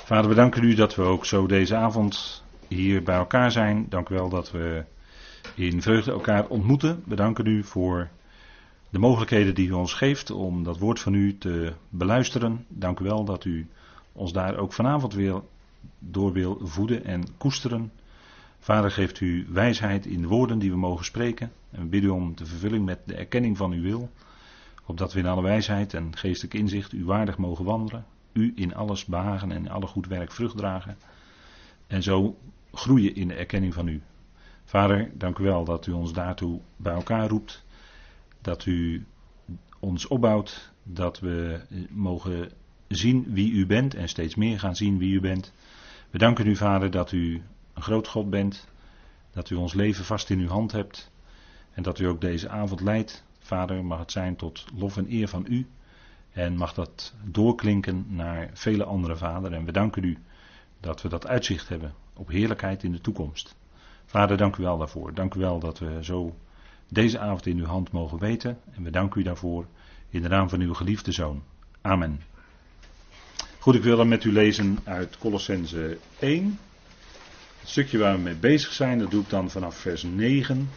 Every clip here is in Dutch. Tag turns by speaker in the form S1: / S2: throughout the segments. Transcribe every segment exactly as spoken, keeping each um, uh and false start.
S1: Vader, we danken u dat we ook zo deze avond hier bij elkaar zijn. Dank u wel dat we in vreugde elkaar ontmoeten. We danken u voor de mogelijkheden die u ons geeft om dat woord van u te beluisteren. Dank u wel dat u ons daar ook vanavond weer door wil voeden en koesteren. Vader, geeft u wijsheid in de woorden die we mogen spreken. En we bidden u om de vervulling met de erkenning van uw wil. Opdat we in alle wijsheid en geestelijk inzicht u waardig mogen wandelen. U in alles behagen en in alle goed werk vrucht dragen. En zo groeien in de erkenning van u. Vader, dank u wel dat u ons daartoe bij elkaar roept. Dat u ons opbouwt. Dat we mogen zien wie u bent en steeds meer gaan zien wie u bent. We danken u, Vader, dat u een groot God bent. Dat u ons leven vast in uw hand hebt. En dat u ook deze avond leidt. Vader, mag het zijn tot lof en eer van u. En mag dat doorklinken naar vele andere, Vader. En we danken u dat we dat uitzicht hebben op heerlijkheid in de toekomst. Vader, dank u wel daarvoor. Dank u wel dat we zo deze avond in uw hand mogen weten. En we danken u daarvoor in de naam van uw geliefde Zoon. Amen. Goed, ik wil dan met u lezen uit Kolossenzen één. Het stukje waar we mee bezig zijn, dat doe ik dan vanaf vers negen.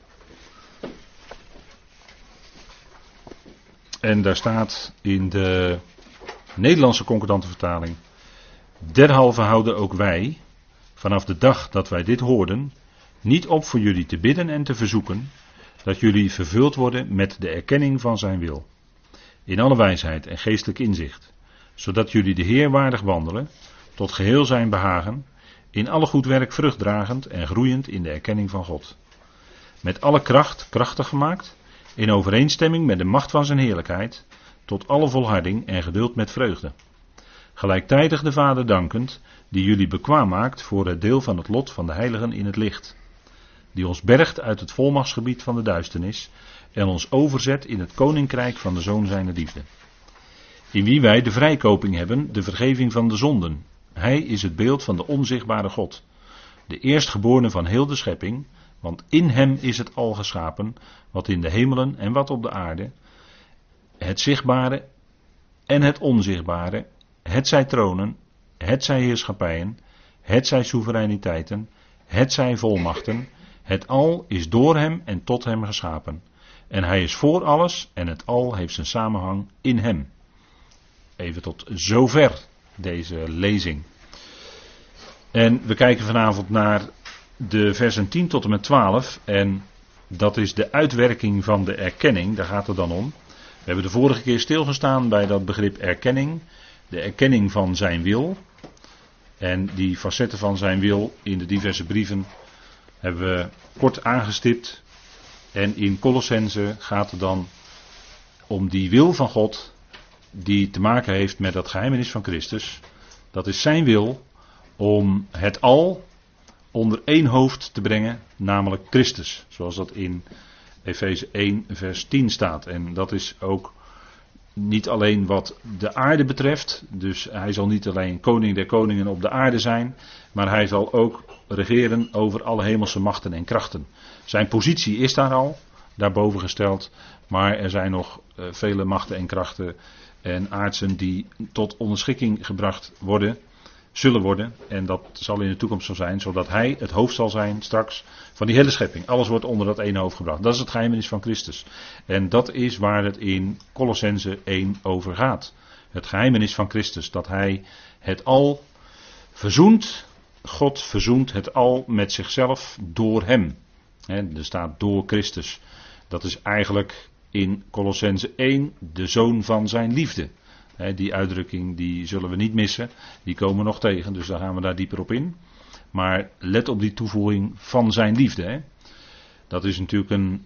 S1: En daar staat in de Nederlandse concordante vertaling: derhalve houden ook wij, vanaf de dag dat wij dit hoorden, niet op voor jullie te bidden en te verzoeken, dat jullie vervuld worden met de erkenning van zijn wil, in alle wijsheid en geestelijk inzicht, zodat jullie de Heer waardig wandelen, tot geheel zijn behagen, in alle goed werk vruchtdragend en groeiend in de erkenning van God. Met alle kracht krachtig gemaakt, in overeenstemming met de macht van zijn heerlijkheid, tot alle volharding en geduld met vreugde. Gelijktijdig de Vader dankend, die jullie bekwaam maakt voor het deel van het lot van de heiligen in het licht. Die ons bergt uit het volmachtsgebied van de duisternis en ons overzet in het koninkrijk van de Zoon zijner liefde. In wie wij de vrijkoping hebben, de vergeving van de zonden. Hij is het beeld van de onzichtbare God, de eerstgeborene van heel de schepping, want in hem is het al geschapen, wat in de hemelen en wat op de aarde, het zichtbare en het onzichtbare, het zij tronen, het zij heerschappijen, het zij soevereiniteiten, het zij volmachten, het al is door hem en tot hem geschapen. En hij is voor alles en het al heeft zijn samenhang in hem. Even tot zover deze lezing. En we kijken vanavond naar de versen tien tot en met twaalf. En dat is de uitwerking van de erkenning. Daar gaat het dan om. We hebben de vorige keer stilgestaan bij dat begrip erkenning. De erkenning van zijn wil. En die facetten van zijn wil in de diverse brieven hebben we kort aangestipt. En in Kolossenzen gaat het dan om die wil van God, die te maken heeft met dat geheimenis van Christus. Dat is zijn wil om het al onder één hoofd te brengen, namelijk Christus. Zoals dat in Efeze één vers tien staat. En dat is ook niet alleen wat de aarde betreft. Dus hij zal niet alleen koning der koningen op de aarde zijn, maar hij zal ook regeren over alle hemelse machten en krachten. Zijn positie is daar al, daarboven gesteld. Maar er zijn nog uh, vele machten en krachten en aardsen die tot onderschikking gebracht worden, zullen worden. En dat zal in de toekomst zo zijn, zodat hij het hoofd zal zijn straks van die hele schepping. Alles wordt onder dat ene hoofd gebracht. Dat is het geheimenis van Christus. En dat is waar het in Kolossenzen één over gaat. Het geheimenis van Christus, dat hij het al verzoent. God verzoent het al met zichzelf door hem. He, er staat door Christus. Dat is eigenlijk in Kolossenzen één de zoon van zijn liefde. He, die uitdrukking die zullen we niet missen. Die komen nog tegen, dus daar gaan we daar dieper op in. Maar let op die toevoeging van zijn liefde. He. Dat is natuurlijk een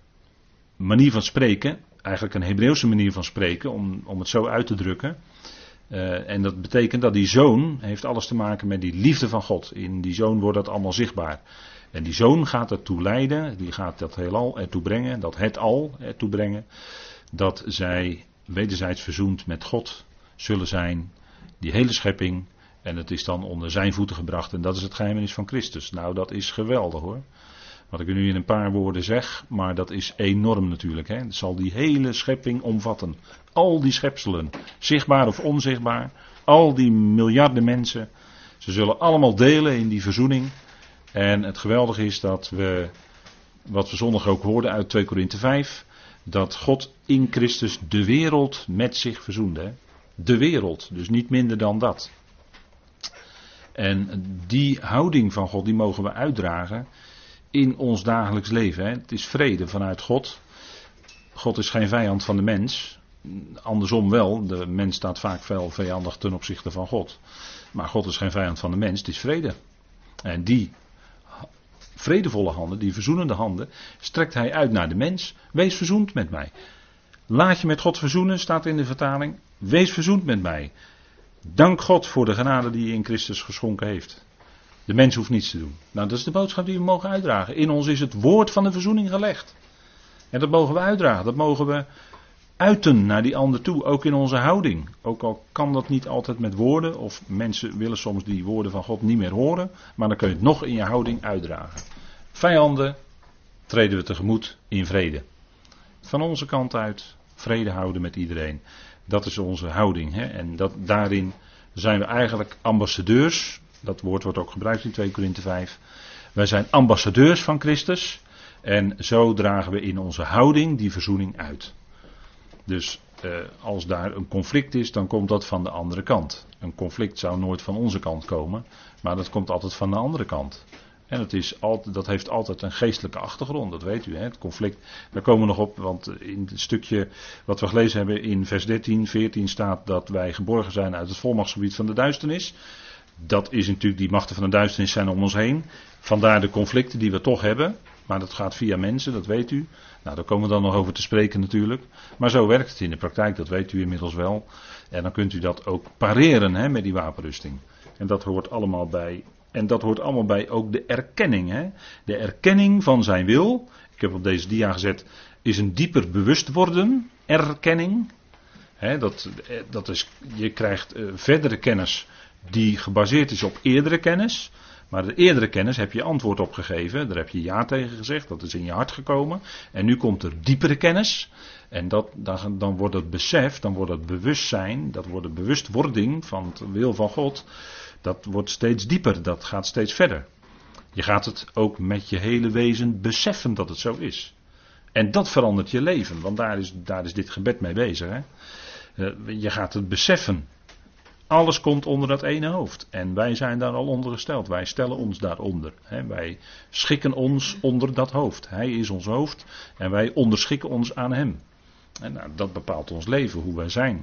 S1: manier van spreken. Eigenlijk een Hebreeuwse manier van spreken, om, om het zo uit te drukken. Uh, en dat betekent dat die zoon heeft alles te maken met die liefde van God. In die zoon wordt dat allemaal zichtbaar. En die zoon gaat ertoe leiden, die gaat dat heelal ertoe brengen, dat het al ertoe brengen, dat zij wederzijds verzoend met God zullen zijn, die hele schepping, en het is dan onder zijn voeten gebracht en dat is het geheimenis van Christus. Nou, dat is geweldig hoor. Wat ik nu in een paar woorden zeg, maar dat is enorm natuurlijk. Hè. Het zal die hele schepping omvatten. Al die schepselen, zichtbaar of onzichtbaar, Al die miljarden mensen, ze zullen allemaal delen in die verzoening. En het geweldige is dat we, wat we zondag ook hoorden uit twee Korinthe vijf, dat God in Christus de wereld met zich verzoende. Hè? De wereld, dus niet minder dan dat. En die houding van God, die mogen we uitdragen in ons dagelijks leven. Hè? Het is vrede vanuit God. God is geen vijand van de mens. Andersom wel, de mens staat vaak veel vijandig ten opzichte van God. Maar God is geen vijand van de mens, het is vrede. En die vredevolle handen, die verzoenende handen, strekt hij uit naar de mens. Wees verzoend met mij. Laat je met God verzoenen, staat in de vertaling. Wees verzoend met mij. Dank God voor de genade die hij in Christus geschonken heeft. De mens hoeft niets te doen. Nou, dat is de boodschap die we mogen uitdragen. In ons is het woord van de verzoening gelegd. En dat mogen we uitdragen. Dat mogen we uiten naar die ander toe. Ook in onze houding. Ook al kan dat niet altijd met woorden. Of mensen willen soms die woorden van God niet meer horen. Maar dan kun je het nog in je houding uitdragen. Vijanden treden we tegemoet in vrede. Van onze kant uit vrede houden met iedereen. Dat is onze houding. Hè? En dat, daarin zijn we eigenlijk ambassadeurs. Dat woord wordt ook gebruikt in twee Korinthe vijf. Wij zijn ambassadeurs van Christus. En zo dragen we in onze houding die verzoening uit. Dus eh, als daar een conflict is, dan komt dat van de andere kant. Een conflict zou nooit van onze kant komen. Maar dat komt altijd van de andere kant. En het is altijd, dat heeft altijd een geestelijke achtergrond, dat weet u. Hè? Het conflict, daar komen we nog op, want in het stukje wat we gelezen hebben in vers dertien, veertien staat dat wij geborgen zijn uit het volmachtsgebied van de duisternis. Dat is natuurlijk, die machten van de duisternis zijn om ons heen. Vandaar de conflicten die we toch hebben. Maar dat gaat via mensen, dat weet u. Nou, daar komen we dan nog over te spreken natuurlijk. Maar zo werkt het in de praktijk, dat weet u inmiddels wel. En dan kunt u dat ook pareren hè, met die wapenrusting. En dat hoort allemaal bij. En dat hoort allemaal bij ook de erkenning. Hè? De erkenning van zijn wil. Ik heb op deze dia gezet, is een dieper bewust worden. Erkenning. Hè, dat, dat is, je krijgt uh, verdere kennis die gebaseerd is op eerdere kennis. Maar de eerdere kennis heb je antwoord op gegeven. Daar heb je ja tegen gezegd. Dat is in je hart gekomen. En nu komt er diepere kennis. En dat, dan, dan wordt het besef, dan wordt het bewustzijn, dat wordt de bewustwording van het wil van God. Dat wordt steeds dieper, dat gaat steeds verder. Je gaat het ook met je hele wezen beseffen dat het zo is. En dat verandert je leven, want daar is, daar is dit gebed mee bezig. Hè? Uh, je gaat het beseffen. Alles komt onder dat ene hoofd. En wij zijn daar al onder gesteld. Wij stellen ons daaronder. Hè? Wij schikken ons onder dat hoofd. Hij is ons hoofd en wij onderschikken ons aan hem. En nou, dat bepaalt ons leven, hoe wij zijn.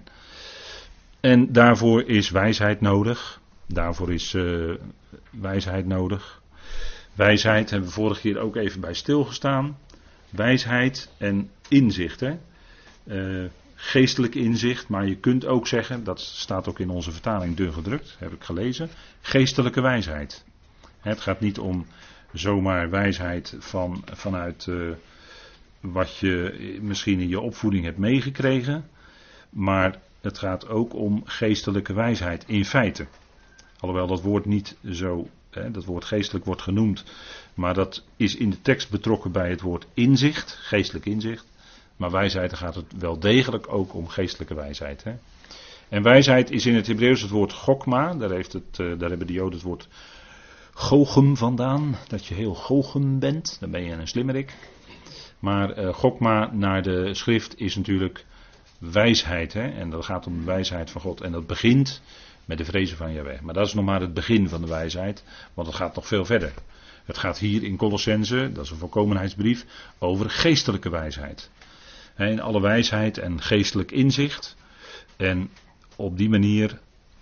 S1: En daarvoor is wijsheid nodig. Daarvoor is uh, wijsheid nodig. Wijsheid hebben we vorige keer ook even bij stilgestaan. Wijsheid en inzicht. Hè? Uh, geestelijk inzicht, maar je kunt ook zeggen, dat staat ook in onze vertaling dun gedrukt, heb ik gelezen. Geestelijke wijsheid. Het gaat niet om zomaar wijsheid van, vanuit uh, wat je misschien in je opvoeding hebt meegekregen. Maar het gaat ook om geestelijke wijsheid in feite. Alhoewel dat woord niet zo, hè, dat woord geestelijk wordt genoemd. Maar dat is in de tekst betrokken bij het woord inzicht, geestelijk inzicht. Maar wijsheid gaat het wel degelijk ook om geestelijke wijsheid. Hè. En wijsheid is in het Hebreeuws het woord gokma. Daar, heeft het, uh, daar hebben de Joden het woord gochem vandaan. Dat je heel gochem bent, dan ben je een slimmerik. Maar uh, gokma naar de schrift is natuurlijk wijsheid. Hè. En dat gaat om de wijsheid van God. En dat begint met de vrezen van Jahweh. Maar dat is nog maar het begin van de wijsheid. Want het gaat nog veel verder. Het gaat hier in Colossense, dat is een volkomenheidsbrief, over geestelijke wijsheid. In alle wijsheid en geestelijk inzicht. En op die manier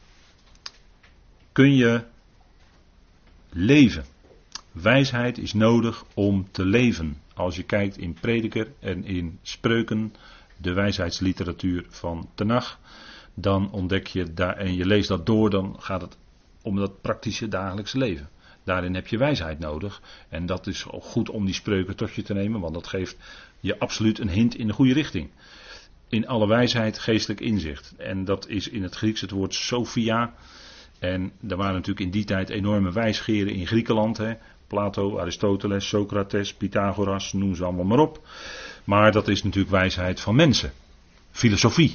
S1: kun je leven. Wijsheid is nodig om te leven. Als je kijkt in Prediker en in Spreuken, de wijsheidsliteratuur van Tenach, dan ontdek je daar en je leest dat door, dan gaat het om dat praktische dagelijkse leven. Daarin heb je wijsheid nodig. En dat is goed om die spreuken tot je te nemen, want dat geeft je absoluut een hint in de goede richting. In alle wijsheid geestelijk inzicht. En dat is in het Grieks het woord sophia. En er waren natuurlijk in die tijd enorme wijsgeren in Griekenland. Hè. Plato, Aristoteles, Socrates, Pythagoras, noem ze allemaal maar op. Maar dat is natuurlijk wijsheid van mensen. Filosofie.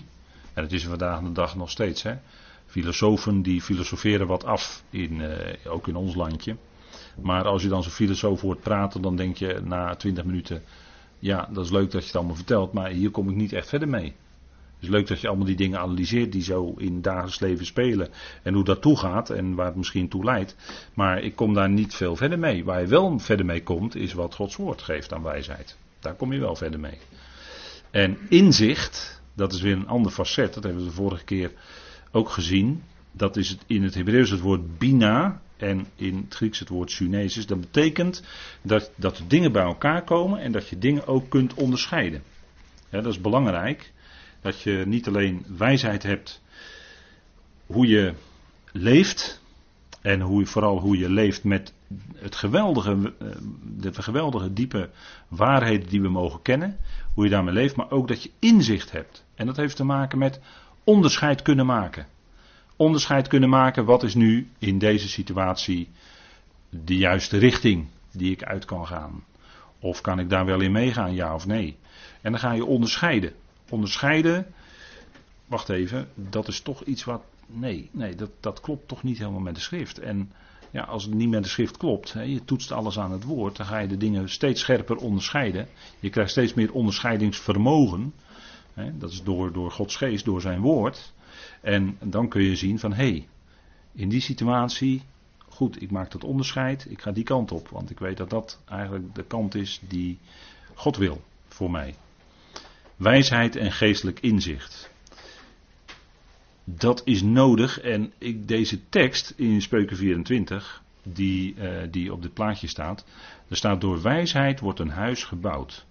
S1: En het is er vandaag de dag nog steeds. Hè. Filosofen die filosoferen wat af, in, uh, ook in ons landje. Maar als je dan zo'n filosoof hoort praten, dan denk je na twintig minuten... Ja, dat is leuk dat je het allemaal vertelt, maar hier kom ik niet echt verder mee. Het is leuk dat je allemaal die dingen analyseert die zo in het dagelijks leven spelen. En hoe dat toegaat en waar het misschien toe leidt. Maar ik kom daar niet veel verder mee. Waar je wel verder mee komt, is wat Gods woord geeft aan wijsheid. Daar kom je wel verder mee. En inzicht, dat is weer een ander facet. Dat hebben we de vorige keer ook gezien. Dat is het, in het Hebreeuws het woord bina. En in het Grieks het woord synesis. Dat betekent dat, dat de dingen bij elkaar komen en dat je dingen ook kunt onderscheiden. Ja, dat is belangrijk. Dat je niet alleen wijsheid hebt hoe je leeft. En hoe, vooral hoe je leeft met het geweldige, de geweldige diepe waarheden die we mogen kennen. Hoe je daarmee leeft, maar ook dat je inzicht hebt. En dat heeft te maken met onderscheid kunnen maken. Onderscheid kunnen maken, wat is nu in deze situatie de juiste richting die ik uit kan gaan. Of kan ik daar wel in meegaan, ja of nee. En dan ga je onderscheiden. Onderscheiden, wacht even, dat is toch iets wat, nee, nee dat, dat klopt toch niet helemaal met de schrift. En ja, als het niet met de schrift klopt, hè, je toetst alles aan het woord, dan ga je de dingen steeds scherper onderscheiden. Je krijgt steeds meer onderscheidingsvermogen. Hè, dat is door, door Gods geest, door zijn woord. En dan kun je zien van, hé, hey, in die situatie, goed, ik maak dat onderscheid, ik ga die kant op. Want ik weet dat dat eigenlijk de kant is die God wil voor mij. Wijsheid en geestelijk inzicht. Dat is nodig en ik, deze tekst in Spreuken vierentwintig, die, uh, die op dit plaatje staat, er staat door wijsheid wordt een huis gebouwd.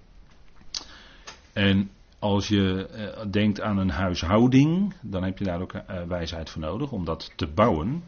S1: En als je uh, denkt aan een huishouding, dan heb je daar ook uh, wijsheid voor nodig om dat te bouwen.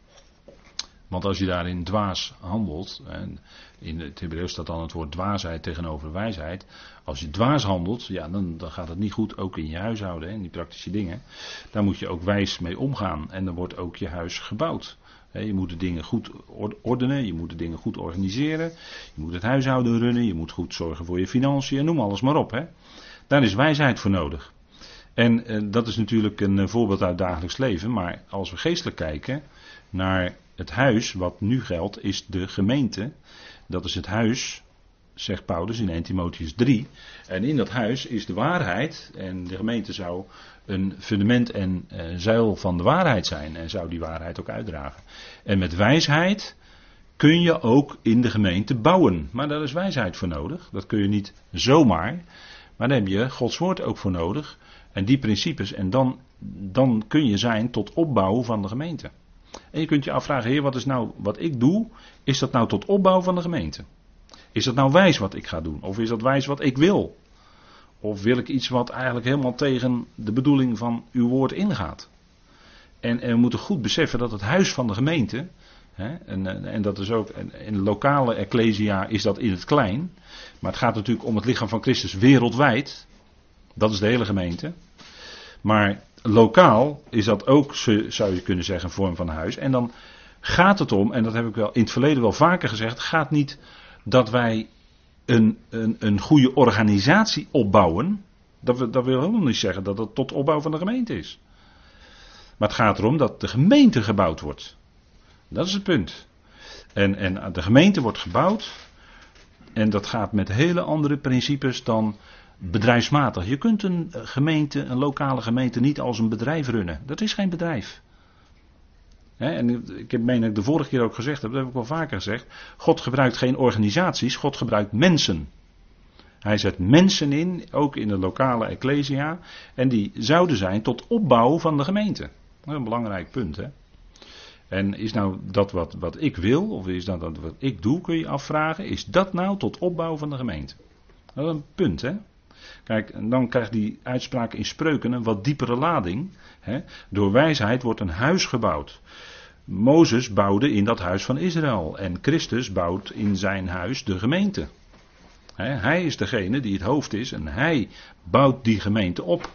S1: Want als je daarin dwaas handelt, en in het Hebreeuws staat dan het woord dwaasheid tegenover wijsheid. Als je dwaas handelt, ja, dan, dan gaat het niet goed, ook in je huishouden, in die praktische dingen. Daar moet je ook wijs mee omgaan en dan wordt ook je huis gebouwd. He, je moet de dingen goed ordenen, je moet de dingen goed organiseren. Je moet het huishouden runnen, je moet goed zorgen voor je financiën, noem alles maar op. Hè. Daar is wijsheid voor nodig. En eh, dat is natuurlijk een uh, voorbeeld uit het dagelijks leven, maar als we geestelijk kijken naar het huis wat nu geldt, is de gemeente. Dat is het huis, zegt Paulus in eerste Timotheüs drie. En in dat huis is de waarheid. En de gemeente zou een fundament en uh, zuil van de waarheid zijn. En zou die waarheid ook uitdragen. En met wijsheid kun je ook in de gemeente bouwen. Maar daar is wijsheid voor nodig. Dat kun je niet zomaar. Maar daar heb je Gods woord ook voor nodig. En die principes. En dan, dan kun je zijn tot opbouw van de gemeente. En je kunt je afvragen, heer, wat is nou wat ik doe? Is dat nou tot opbouw van de gemeente? Is dat nou wijs wat ik ga doen? Of is dat wijs wat ik wil? Of wil ik iets wat eigenlijk helemaal tegen de bedoeling van uw woord ingaat? En, en we moeten goed beseffen dat het huis van de gemeente, hè, en, en dat is ook, in de lokale ecclesia is dat in het klein, maar het gaat natuurlijk om het lichaam van Christus wereldwijd. Dat is de hele gemeente. Maar lokaal is dat ook, zou je kunnen zeggen, een vorm van huis. En dan gaat het om, en dat heb ik wel in het verleden wel vaker gezegd, het gaat niet dat wij een, een, een goede organisatie opbouwen. Dat, we, dat wil helemaal niet zeggen dat het tot opbouw van de gemeente is. Maar het gaat erom dat de gemeente gebouwd wordt. Dat is het punt. En, en de gemeente wordt gebouwd. En dat gaat met hele andere principes dan bedrijfsmatig. Je kunt een gemeente, een lokale gemeente niet als een bedrijf runnen. Dat is geen bedrijf. He, en ik heb meen dat ik de vorige keer ook gezegd heb, dat heb ik wel vaker gezegd. God gebruikt geen organisaties, God gebruikt mensen. Hij zet mensen in, ook in de lokale ecclesia. En die zouden zijn tot opbouw van de gemeente. Dat is een belangrijk punt. Hè? En is nou dat wat, wat ik wil, of is dat, dat wat ik doe, kun je afvragen. Is dat nou tot opbouw van de gemeente? Dat is een punt, hè. Kijk, en dan krijgt die uitspraak in Spreuken een wat diepere lading. Hè. Door wijsheid wordt een huis gebouwd. Mozes bouwde in dat huis van Israël. En Christus bouwt in zijn huis de gemeente. Hè, hij is degene die het hoofd is en hij bouwt die gemeente op.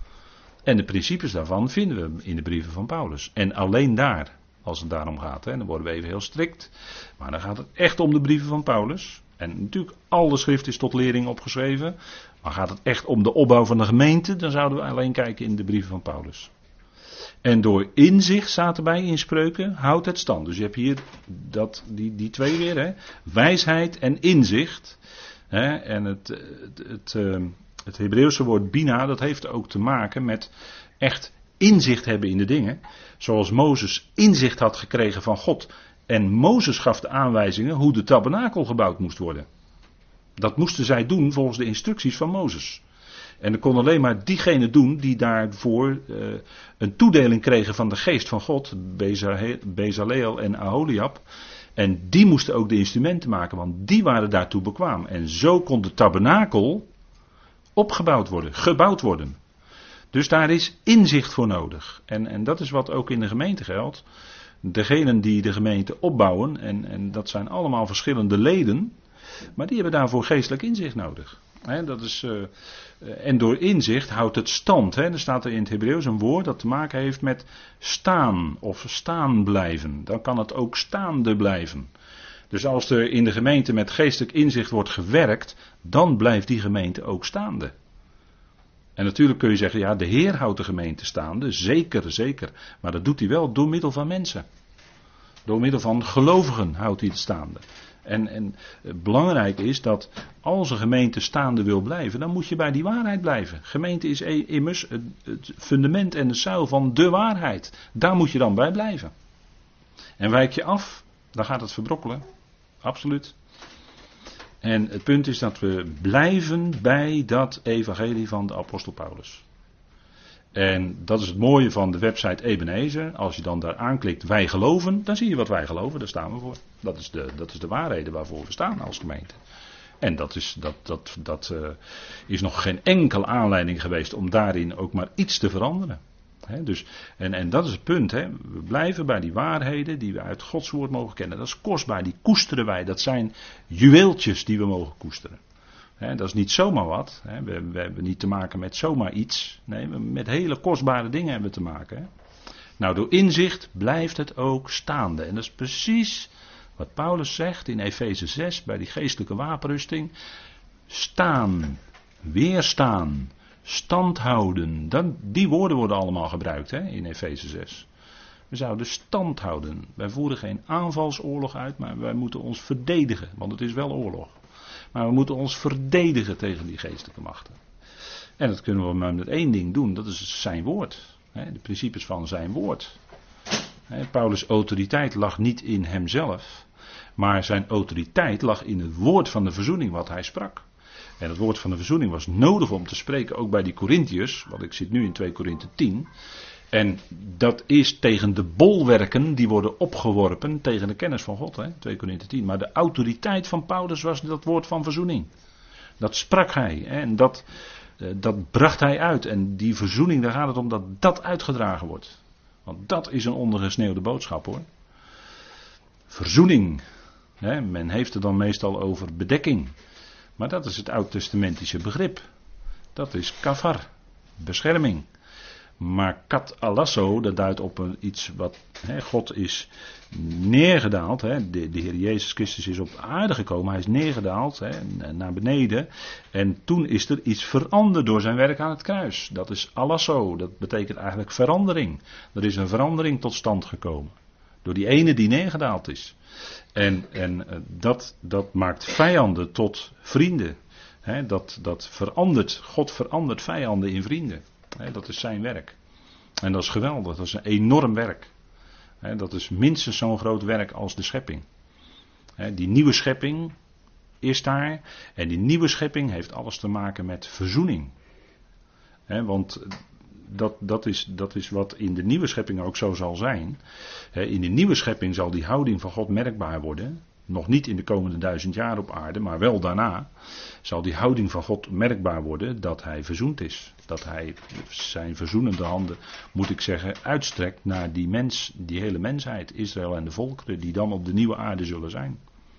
S1: En de principes daarvan vinden we in de brieven van Paulus. En alleen daar, als het daarom gaat. Hè, dan worden we even heel strikt. Maar dan gaat het echt om de brieven van Paulus. En natuurlijk, alle schrift is tot lering opgeschreven. Maar gaat het echt om de opbouw van de gemeente, dan zouden we alleen kijken in de brieven van Paulus. En door inzicht, staat erbij in Spreuken, houdt het stand. Dus je hebt hier dat, die, die twee weer, hè? Wijsheid en inzicht. Hè? En het, het, het, het, het Hebreeuwse woord bina, dat heeft ook te maken met echt inzicht hebben in de dingen. Zoals Mozes inzicht had gekregen van God. En Mozes gaf de aanwijzingen hoe de tabernakel gebouwd moest worden. Dat moesten zij doen volgens de instructies van Mozes. En dat kon alleen maar diegene doen die daarvoor uh, een toedeling kregen van de geest van God. Bezaleel en Aholiab. En die moesten ook de instrumenten maken, want die waren daartoe bekwaam. En zo kon de tabernakel opgebouwd worden, gebouwd worden. Dus daar is inzicht voor nodig. En, en dat is wat ook in de gemeente geldt. Degenen die de gemeente opbouwen, en, en dat zijn allemaal verschillende leden, maar die hebben daarvoor geestelijk inzicht nodig. He, dat is, uh, en door inzicht houdt het stand. He. Er staat er in het Hebreeuws een woord dat te maken heeft met staan of staan blijven. Dan kan het ook staande blijven. Dus als er in de gemeente met geestelijk inzicht wordt gewerkt, dan blijft die gemeente ook staande. En natuurlijk kun je zeggen, ja, de Heer houdt de gemeente staande, zeker, zeker. Maar dat doet hij wel door middel van mensen. Door middel van gelovigen houdt hij het staande. En, en belangrijk is dat als een gemeente staande wil blijven, dan moet je bij die waarheid blijven. Gemeente is immers het, het fundament en de zuil van de waarheid. Daar moet je dan bij blijven. En wijk je af, dan gaat het verbrokkelen. Absoluut. En het punt is dat we blijven bij dat evangelie van de apostel Paulus. En dat is het mooie van de website Ebenezer. Als je dan daar aanklikt wij geloven, dan zie je wat wij geloven, daar staan we voor. Dat is de, dat is de waarheden waarvoor we staan als gemeente. En dat is, dat, dat, dat, uh, is nog geen enkele aanleiding geweest om daarin ook maar iets te veranderen. He, dus, en, en dat is het punt. He. We blijven bij die waarheden die we uit Gods woord mogen kennen. Dat is kostbaar, die koesteren wij. Dat zijn juweeltjes die we mogen koesteren. He, dat is niet zomaar wat. He. We, we hebben niet te maken met zomaar iets. Nee, met hele kostbare dingen hebben we te maken. He. Nou, door inzicht blijft het ook staande. En dat is precies wat Paulus zegt in Efeze zes bij die geestelijke wapenrusting. Staan, weerstaan. Stand houden. Dan, die woorden worden allemaal gebruikt hè, in Efeze zes. We zouden stand houden. Wij voeren geen aanvalsoorlog uit, maar wij moeten ons verdedigen. Want het is wel oorlog. Maar we moeten ons verdedigen tegen die geestelijke machten. En dat kunnen we maar met één ding doen. Dat is zijn woord. Hè, de principes van zijn woord. Hè, Paulus' autoriteit lag niet in hemzelf. Maar zijn autoriteit lag in het woord van de verzoening wat hij sprak. En het woord van de verzoening was nodig om te spreken, ook bij die Korintiërs, want ik zit nu in twee Korinthe tien. En dat is tegen de bolwerken die worden opgeworpen tegen de kennis van God, hè, twee Korinthe tien. Maar de autoriteit van Paulus was dat woord van verzoening. Dat sprak hij hè, en dat, dat bracht hij uit. En die verzoening, daar gaat het om dat dat uitgedragen wordt. Want dat is een ondergesneeuwde boodschap hoor. Verzoening. Hè, men heeft het dan meestal over bedekking. Maar dat is het oud-testamentische begrip. Dat is kafar, bescherming. Maar kat alasso, dat duidt op een, iets wat, hè, God is neergedaald. Hè, de, de Heer Jezus Christus is op aarde gekomen, hij is neergedaald hè, naar beneden. En toen is er iets veranderd door zijn werk aan het kruis. Dat is alasso, dat betekent eigenlijk verandering. Er is een verandering tot stand gekomen. Door die ene die neergedaald is. En, en dat, dat maakt vijanden tot vrienden. He, dat, dat verandert, God verandert vijanden in vrienden. He, dat is zijn werk. En dat is geweldig, dat is een enorm werk. He, dat is minstens zo'n groot werk als de schepping. He, die nieuwe schepping is daar. En die nieuwe schepping heeft alles te maken met verzoening. He, want Dat, dat, is, dat is wat in de nieuwe schepping ook zo zal zijn. In de nieuwe schepping zal die houding van God merkbaar worden. Nog niet in de komende duizend jaar op aarde, maar wel daarna zal die houding van God merkbaar worden dat hij verzoend is. Dat hij zijn verzoenende handen, moet ik zeggen, uitstrekt naar die mens, die hele mensheid, Israël en de volkeren, die dan op de nieuwe aarde zullen zijn.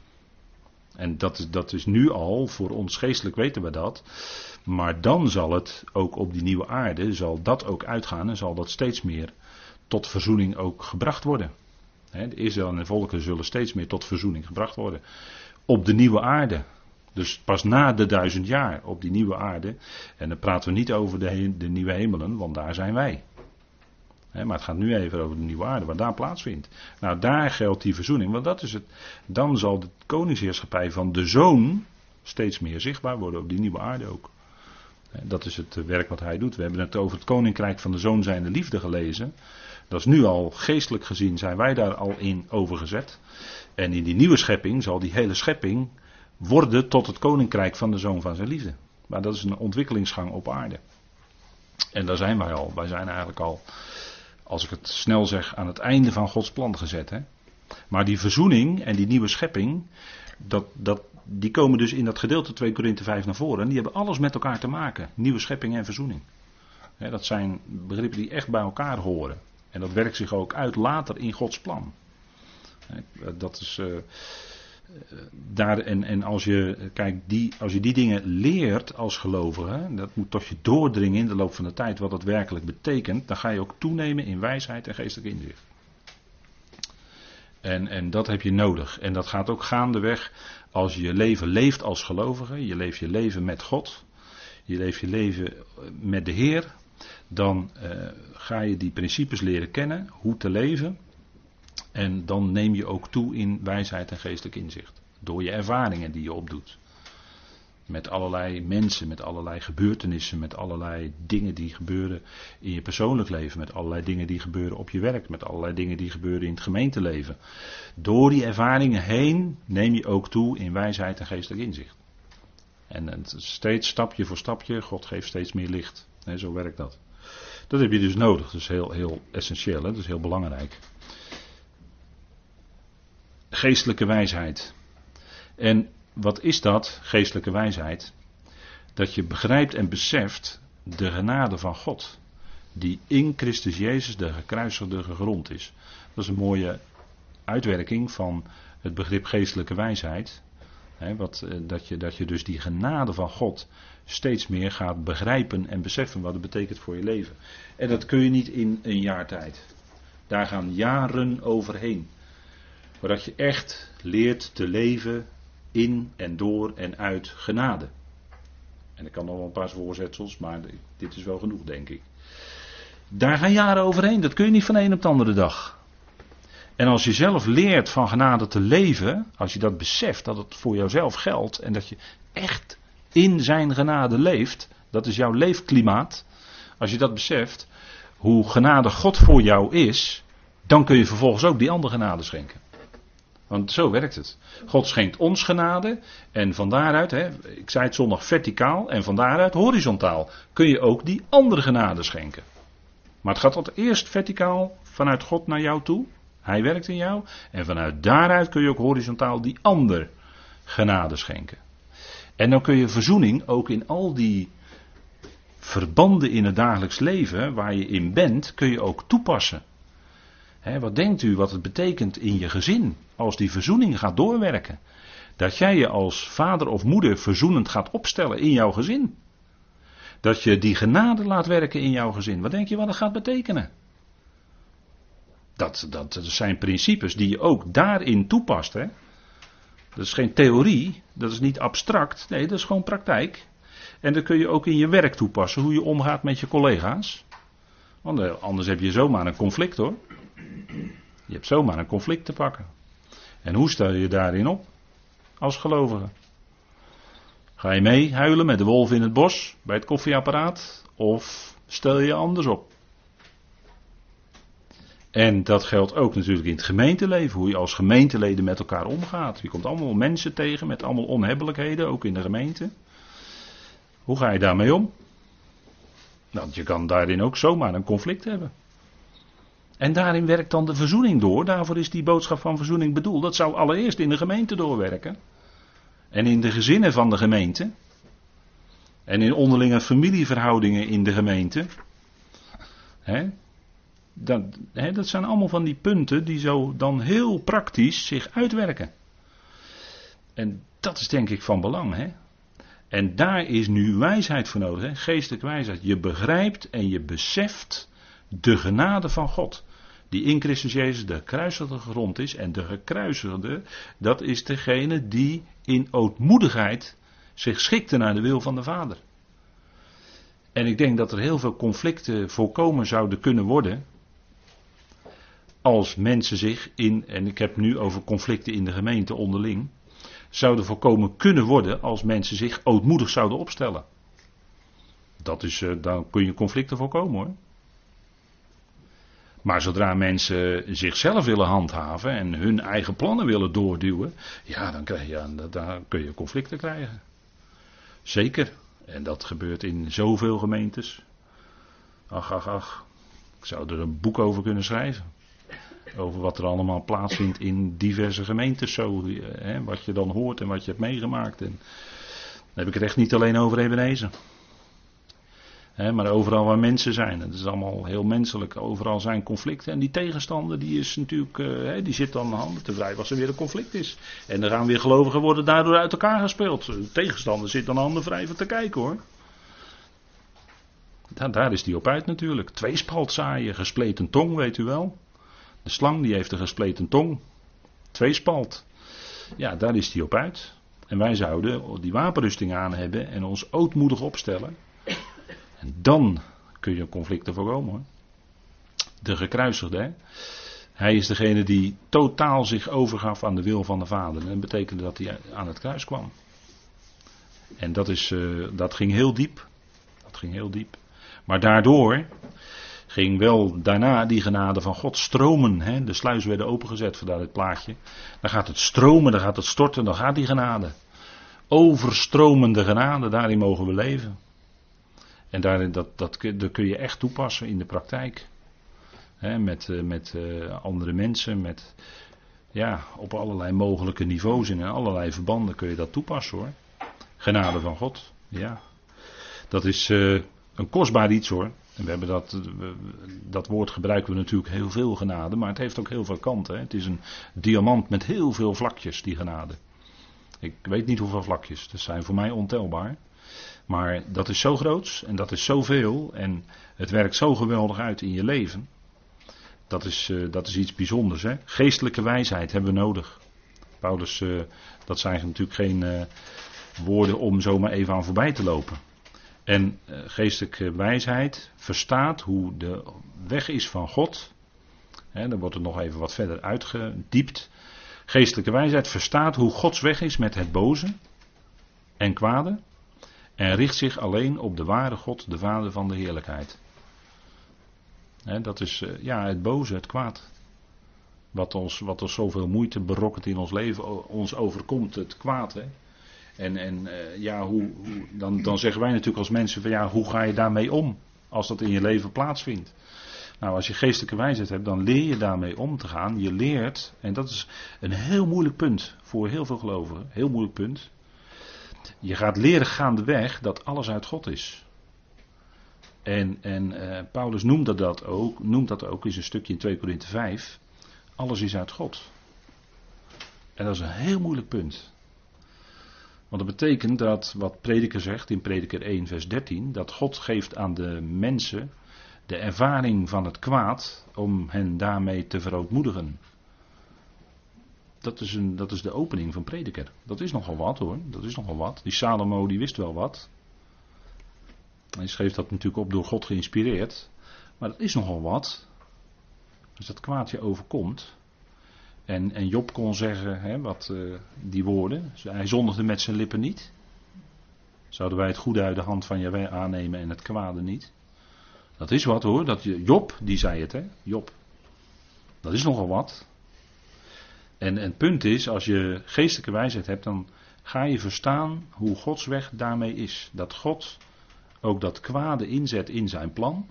S1: En dat, dat is nu al, voor ons geestelijk weten we dat. Maar dan zal het ook op die nieuwe aarde, zal dat ook uitgaan en zal dat steeds meer tot verzoening ook gebracht worden. He, de Israël en de volken zullen steeds meer tot verzoening gebracht worden. Op de nieuwe aarde. Dus pas na de duizend jaar op die nieuwe aarde. En dan praten we niet over de, he- de nieuwe hemelen, want daar zijn wij. He, maar het gaat nu even over de nieuwe aarde, wat daar plaatsvindt. Nou, daar geldt die verzoening, want dat is het. Dan zal de koningsheerschappij van de Zoon steeds meer zichtbaar worden op die nieuwe aarde ook. He, dat is het werk wat hij doet. We hebben het over het koninkrijk van de Zoon zijnde liefde gelezen. Dat is nu al geestelijk gezien, zijn wij daar al in overgezet. En in die nieuwe schepping zal die hele schepping worden tot het koninkrijk van de Zoon van zijn liefde. Maar dat is een ontwikkelingsgang op aarde. En daar zijn wij al. Wij zijn eigenlijk al, als ik het snel zeg, aan het einde van Gods plan gezet. Hè? Maar die verzoening en die nieuwe schepping, dat, dat, die komen dus in dat gedeelte twee Korinthe vijf naar voren. En die hebben alles met elkaar te maken. Nieuwe schepping en verzoening. Hè, dat zijn begrippen die echt bij elkaar horen. En dat werkt zich ook uit later in Gods plan. Hè, dat is... Uh, Daar, en, en als je, kijk, die, als je die dingen leert als gelovige, dat moet tot je doordringen in de loop van de tijd wat dat werkelijk betekent, dan ga je ook toenemen in wijsheid en geestelijk inzicht. En, en dat heb je nodig. En dat gaat ook gaandeweg als je je leven leeft als gelovige, je leeft je leven met God, je leeft je leven met de Heer, dan uh, ga je die principes leren kennen, hoe te leven. En dan neem je ook toe in wijsheid en geestelijk inzicht. Door je ervaringen die je opdoet. Met allerlei mensen, met allerlei gebeurtenissen, met allerlei dingen die gebeuren in je persoonlijk leven. Met allerlei dingen die gebeuren op je werk. Met allerlei dingen die gebeuren in het gemeenteleven. Door die ervaringen heen neem je ook toe in wijsheid en geestelijk inzicht. En het steeds stapje voor stapje, God geeft steeds meer licht. Nee, zo werkt dat. Dat heb je dus nodig. Dat is heel, heel essentieel, hè? Dat is heel belangrijk. Geestelijke wijsheid. En wat is dat, geestelijke wijsheid? Dat je begrijpt en beseft de genade van God, die in Christus Jezus de gekruisigde gegrond is. Dat is een mooie uitwerking van het begrip geestelijke wijsheid. He, wat, dat, je, dat je dus die genade van God steeds meer gaat begrijpen en beseffen wat het betekent voor je leven. En dat kun je niet in een jaar tijd. Daar gaan jaren overheen. Maar dat je echt leert te leven in en door en uit genade. En ik kan nog wel een paar voorzetsels, maar dit is wel genoeg, denk ik. Daar gaan jaren overheen, dat kun je niet van de een op de andere dag. En als je zelf leert van genade te leven, als je dat beseft, dat het voor jouzelf geldt en dat je echt in zijn genade leeft, dat is jouw leefklimaat. Als je dat beseft, hoe genade God voor jou is, dan kun je vervolgens ook die andere genade schenken. Want zo werkt het. God schenkt ons genade en van daaruit, hè, ik zei het zondag verticaal en van daaruit horizontaal kun je ook die andere genade schenken. Maar het gaat tot eerst verticaal vanuit God naar jou toe. Hij werkt in jou en vanuit daaruit kun je ook horizontaal die andere genade schenken. En dan kun je verzoening ook in al die verbanden in het dagelijks leven waar je in bent, kun je ook toepassen. He, wat denkt u wat het betekent in je gezin als die verzoening gaat doorwerken? Dat jij je als vader of moeder verzoenend gaat opstellen in jouw gezin. Dat je die genade laat werken in jouw gezin. Wat denk je wat dat gaat betekenen? Dat, dat, dat zijn principes die je ook daarin toepast. Hè? Dat is geen theorie, dat is niet abstract, nee, dat is gewoon praktijk. En dat kun je ook in je werk toepassen, hoe je omgaat met je collega's. Want anders heb je zomaar een conflict hoor. Je hebt zomaar een conflict te pakken. En hoe stel je daarin op als gelovige? Ga je mee huilen met de wolf in het bos bij het koffieapparaat of stel je je anders op? En dat geldt ook natuurlijk in het gemeenteleven, hoe je als gemeenteleden met elkaar omgaat. Je komt allemaal mensen tegen met allemaal onhebbelijkheden, ook in de gemeente. Hoe ga je daarmee om? Nou, je kan daarin ook zomaar een conflict hebben. En daarin werkt dan de verzoening door. Daarvoor is die boodschap van verzoening bedoeld. Dat zou allereerst in de gemeente doorwerken. En in de gezinnen van de gemeente. En in onderlinge familieverhoudingen in de gemeente. Hè? Dat, hè, dat zijn allemaal van die punten die zo dan heel praktisch zich uitwerken. En dat is denk ik van belang. Hè? En daar is nu wijsheid voor nodig. Hè? Geestelijke wijsheid. Je begrijpt en je beseft de genade van God. Die in Christus Jezus de gekruisigde grond is. En de gekruisigde, dat is degene die in ootmoedigheid zich schikte naar de wil van de Vader. En ik denk dat er heel veel conflicten voorkomen zouden kunnen worden als mensen zich in, en ik heb nu over conflicten in de gemeente onderling, zouden voorkomen kunnen worden als mensen zich ootmoedig zouden opstellen. Dat is, uh, dan kun je conflicten voorkomen hoor. Maar zodra mensen zichzelf willen handhaven en hun eigen plannen willen doorduwen, ja, dan, krijg je, dan kun je conflicten krijgen. Zeker. En dat gebeurt in zoveel gemeentes. Ach, ach, ach. Ik zou er een boek over kunnen schrijven. Over wat er allemaal plaatsvindt in diverse gemeentes. Zo, hè, wat je dan hoort en wat je hebt meegemaakt. En dan heb ik het echt niet alleen over Ebenezer. Hè, maar overal waar mensen zijn. Het is allemaal heel menselijk. Overal zijn conflicten. En die tegenstander die is natuurlijk, uh, die zit dan handen te wrijven als er weer een conflict is. En dan gaan weer gelovigen worden daardoor uit elkaar gespeeld. De tegenstander zit dan handen wrijven te kijken hoor. Daar, daar is die op uit natuurlijk. Tweespalt zaaien, gespleten tong, weet u wel. De slang die heeft een gespleten tong. Tweespalt. Ja, daar is die op uit. En wij zouden die wapenrusting aan hebben en ons ootmoedig opstellen. En dan kun je conflicten voorkomen hoor. De gekruisigde, hè? Hij is degene die totaal zich overgaf aan de wil van de Vader. En dat betekende dat hij aan het kruis kwam. En dat, is, uh, dat ging heel diep. Dat ging heel diep. Maar daardoor ging wel daarna die genade van God stromen. Hè? De sluizen werden opengezet, vandaar dit plaatje. Dan gaat het stromen, dan gaat het storten, dan gaat die genade. Overstromende genade, daarin mogen we leven. En daarin, dat, dat, dat kun je echt toepassen in de praktijk. Hè? Met, met uh, andere mensen, met, ja, op allerlei mogelijke niveaus en in allerlei verbanden kun je dat toepassen hoor. Genade van God, ja. Dat is uh, een kostbaar iets hoor. En we hebben dat, dat woord gebruiken we natuurlijk heel veel genade, maar het heeft ook heel veel kanten. Hè. Het is een diamant met heel veel vlakjes, die genade. Ik weet niet hoeveel vlakjes, dat zijn voor mij ontelbaar. Maar dat is zo groots en dat is zoveel en het werkt zo geweldig uit in je leven. Dat is, uh, dat is iets bijzonders. Hè. Geestelijke wijsheid hebben we nodig. Paulus, uh, dat zijn natuurlijk geen uh, woorden om zomaar even aan voorbij te lopen. En uh, geestelijke wijsheid verstaat hoe de weg is van God. Hè, dan wordt het nog even wat verder uitgediept. Geestelijke wijsheid verstaat hoe Gods weg is met het boze en kwade. En richt zich alleen op de ware God, de Vader van de heerlijkheid. Hè, dat is uh, ja, het boze, het kwaad. Wat ons, wat ons zoveel moeite berokkent in ons leven, ons overkomt, het kwaad. Hè. En, en uh, ja, hoe, hoe, dan, dan zeggen wij natuurlijk als mensen van ja, hoe ga je daarmee om? Als dat in je leven plaatsvindt. Nou, als je geestelijke wijsheid hebt, dan leer je daarmee om te gaan. Je leert, en dat is een heel moeilijk punt voor heel veel gelovigen. Heel moeilijk punt. Je gaat leren gaandeweg dat alles uit God is. En, en uh, Paulus noemt dat, dat ook, noemt dat ook in zijn stukje in twee Korinthe vijf. Alles is uit God. En dat is een heel moeilijk punt. Want dat betekent dat wat Prediker zegt in Prediker één vers dertien, dat God geeft aan de mensen de ervaring van het kwaad om hen daarmee te verootmoedigen. Dat is, een, dat is de opening van Prediker. Dat is nogal wat hoor, dat is nogal wat. Die Salomo die wist wel wat. Hij schreef dat natuurlijk op door God geïnspireerd. Maar dat is nogal wat. Als dat kwaad je overkomt. En, en Job kon zeggen, hè, wat uh, die woorden. Hij zondigde met zijn lippen niet. Zouden wij het goede uit de hand van Jahweh aannemen en het kwade niet? Dat is wat hoor. Dat je, Job, die zei het hè. Job. Dat is nogal wat. En, en het punt is, als je geestelijke wijsheid hebt, dan ga je verstaan hoe Gods weg daarmee is. Dat God ook dat kwade inzet in zijn plan.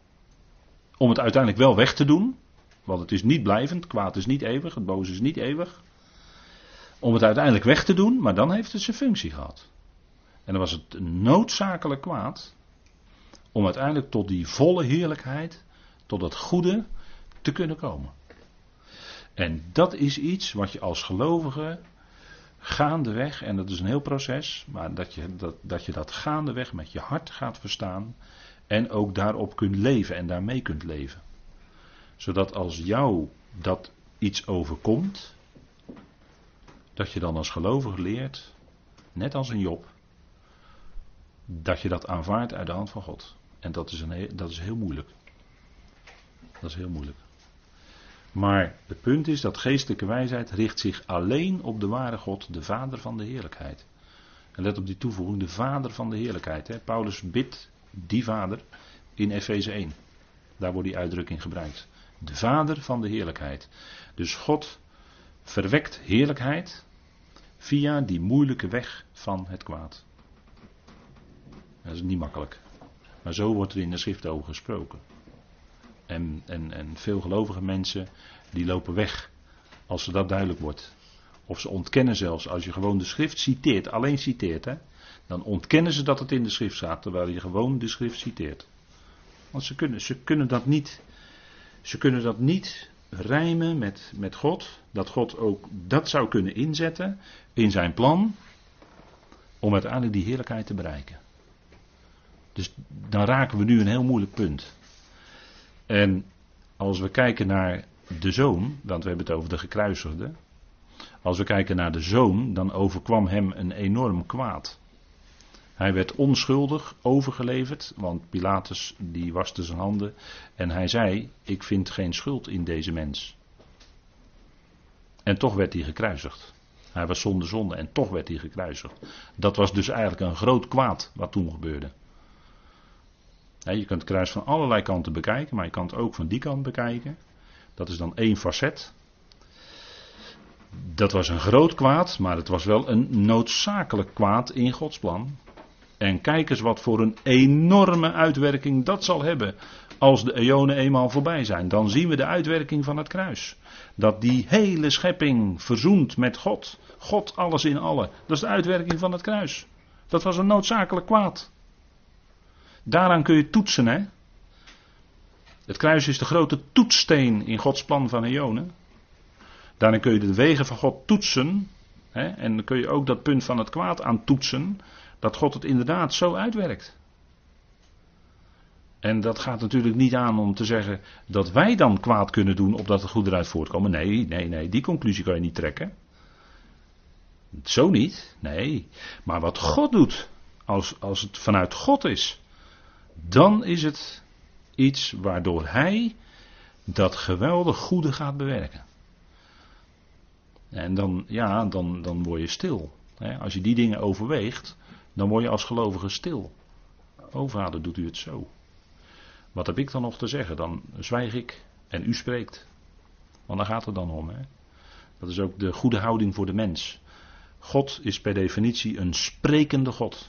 S1: Om het uiteindelijk wel weg te doen. Want het is niet blijvend, kwaad is niet eeuwig, het boze is niet eeuwig. Om het uiteindelijk weg te doen, maar dan heeft het zijn functie gehad. En dan was het noodzakelijk kwaad. Om uiteindelijk tot die volle heerlijkheid, tot het goede te kunnen komen. En dat is iets wat je als gelovige gaandeweg, en dat is een heel proces, maar dat je dat, dat je dat gaandeweg met je hart gaat verstaan. En ook daarop kunt leven en daarmee kunt leven. Zodat als jou dat iets overkomt, dat je dan als gelovige leert, net als een Job, dat je dat aanvaardt uit de hand van God. En dat is, een heel, dat is heel moeilijk. Dat is heel moeilijk. Maar het punt is dat geestelijke wijsheid richt zich alleen op de ware God, de Vader van de heerlijkheid. En let op die toevoeging, de Vader van de heerlijkheid. Hè. Paulus bidt die Vader in Efeze één. Daar wordt die uitdrukking gebruikt. De Vader van de heerlijkheid. Dus God verwekt heerlijkheid via die moeilijke weg van het kwaad. Dat is niet makkelijk. Maar zo wordt er in de schrift over gesproken. En, en, en veel gelovige mensen die lopen weg als ze dat duidelijk wordt. Of ze ontkennen zelfs, als je gewoon de schrift citeert, alleen citeert, hè, dan ontkennen ze dat het in de schrift staat, terwijl je gewoon de schrift citeert. Want ze kunnen, ze kunnen dat niet, ze kunnen dat niet rijmen met, met God, dat God ook dat zou kunnen inzetten in zijn plan om uiteindelijk die heerlijkheid te bereiken. Dus dan raken we nu een heel moeilijk punt. En als we kijken naar de zoon, want we hebben het over de gekruisigde. Als we kijken naar de zoon, dan overkwam hem een enorm kwaad. Hij werd onschuldig overgeleverd, want Pilatus die waste zijn handen. En hij zei, ik vind geen schuld in deze mens. En toch werd hij gekruisigd. Hij was zonder zonde en toch werd hij gekruisigd. Dat was dus eigenlijk een groot kwaad wat toen gebeurde. Je kunt het kruis van allerlei kanten bekijken, maar je kan het ook van die kant bekijken. Dat is dan één facet. Dat was een groot kwaad, maar het was wel een noodzakelijk kwaad in Gods plan. En kijk eens wat voor een enorme uitwerking dat zal hebben als de eonen eenmaal voorbij zijn. Dan zien we de uitwerking van het kruis. Dat die hele schepping verzoent met God. God alles in alle. Dat is de uitwerking van het kruis. Dat was een noodzakelijk kwaad. Daaraan kun je toetsen, hè. Het kruis is de grote toetssteen in Gods plan van eonen. Daarin kun je de wegen van God toetsen. Hè, en dan kun je ook dat punt van het kwaad aan toetsen. Dat God het inderdaad zo uitwerkt. En dat gaat natuurlijk niet aan om te zeggen dat wij dan kwaad kunnen doen opdat het goed eruit voortkomen. Nee, nee, nee, die conclusie kan je niet trekken. Zo niet, nee. Maar wat God doet, als, als het vanuit God is, dan is het iets waardoor Hij dat geweldig goede gaat bewerken. En dan, ja, dan, dan word je stil. Als je die dingen overweegt, dan word je als gelovige stil. O Vader, doet u het zo. Wat heb ik dan nog te zeggen? Dan zwijg ik en u spreekt. Want daar gaat het dan om. Hè? Dat is ook de goede houding voor de mens. God is per definitie een sprekende God.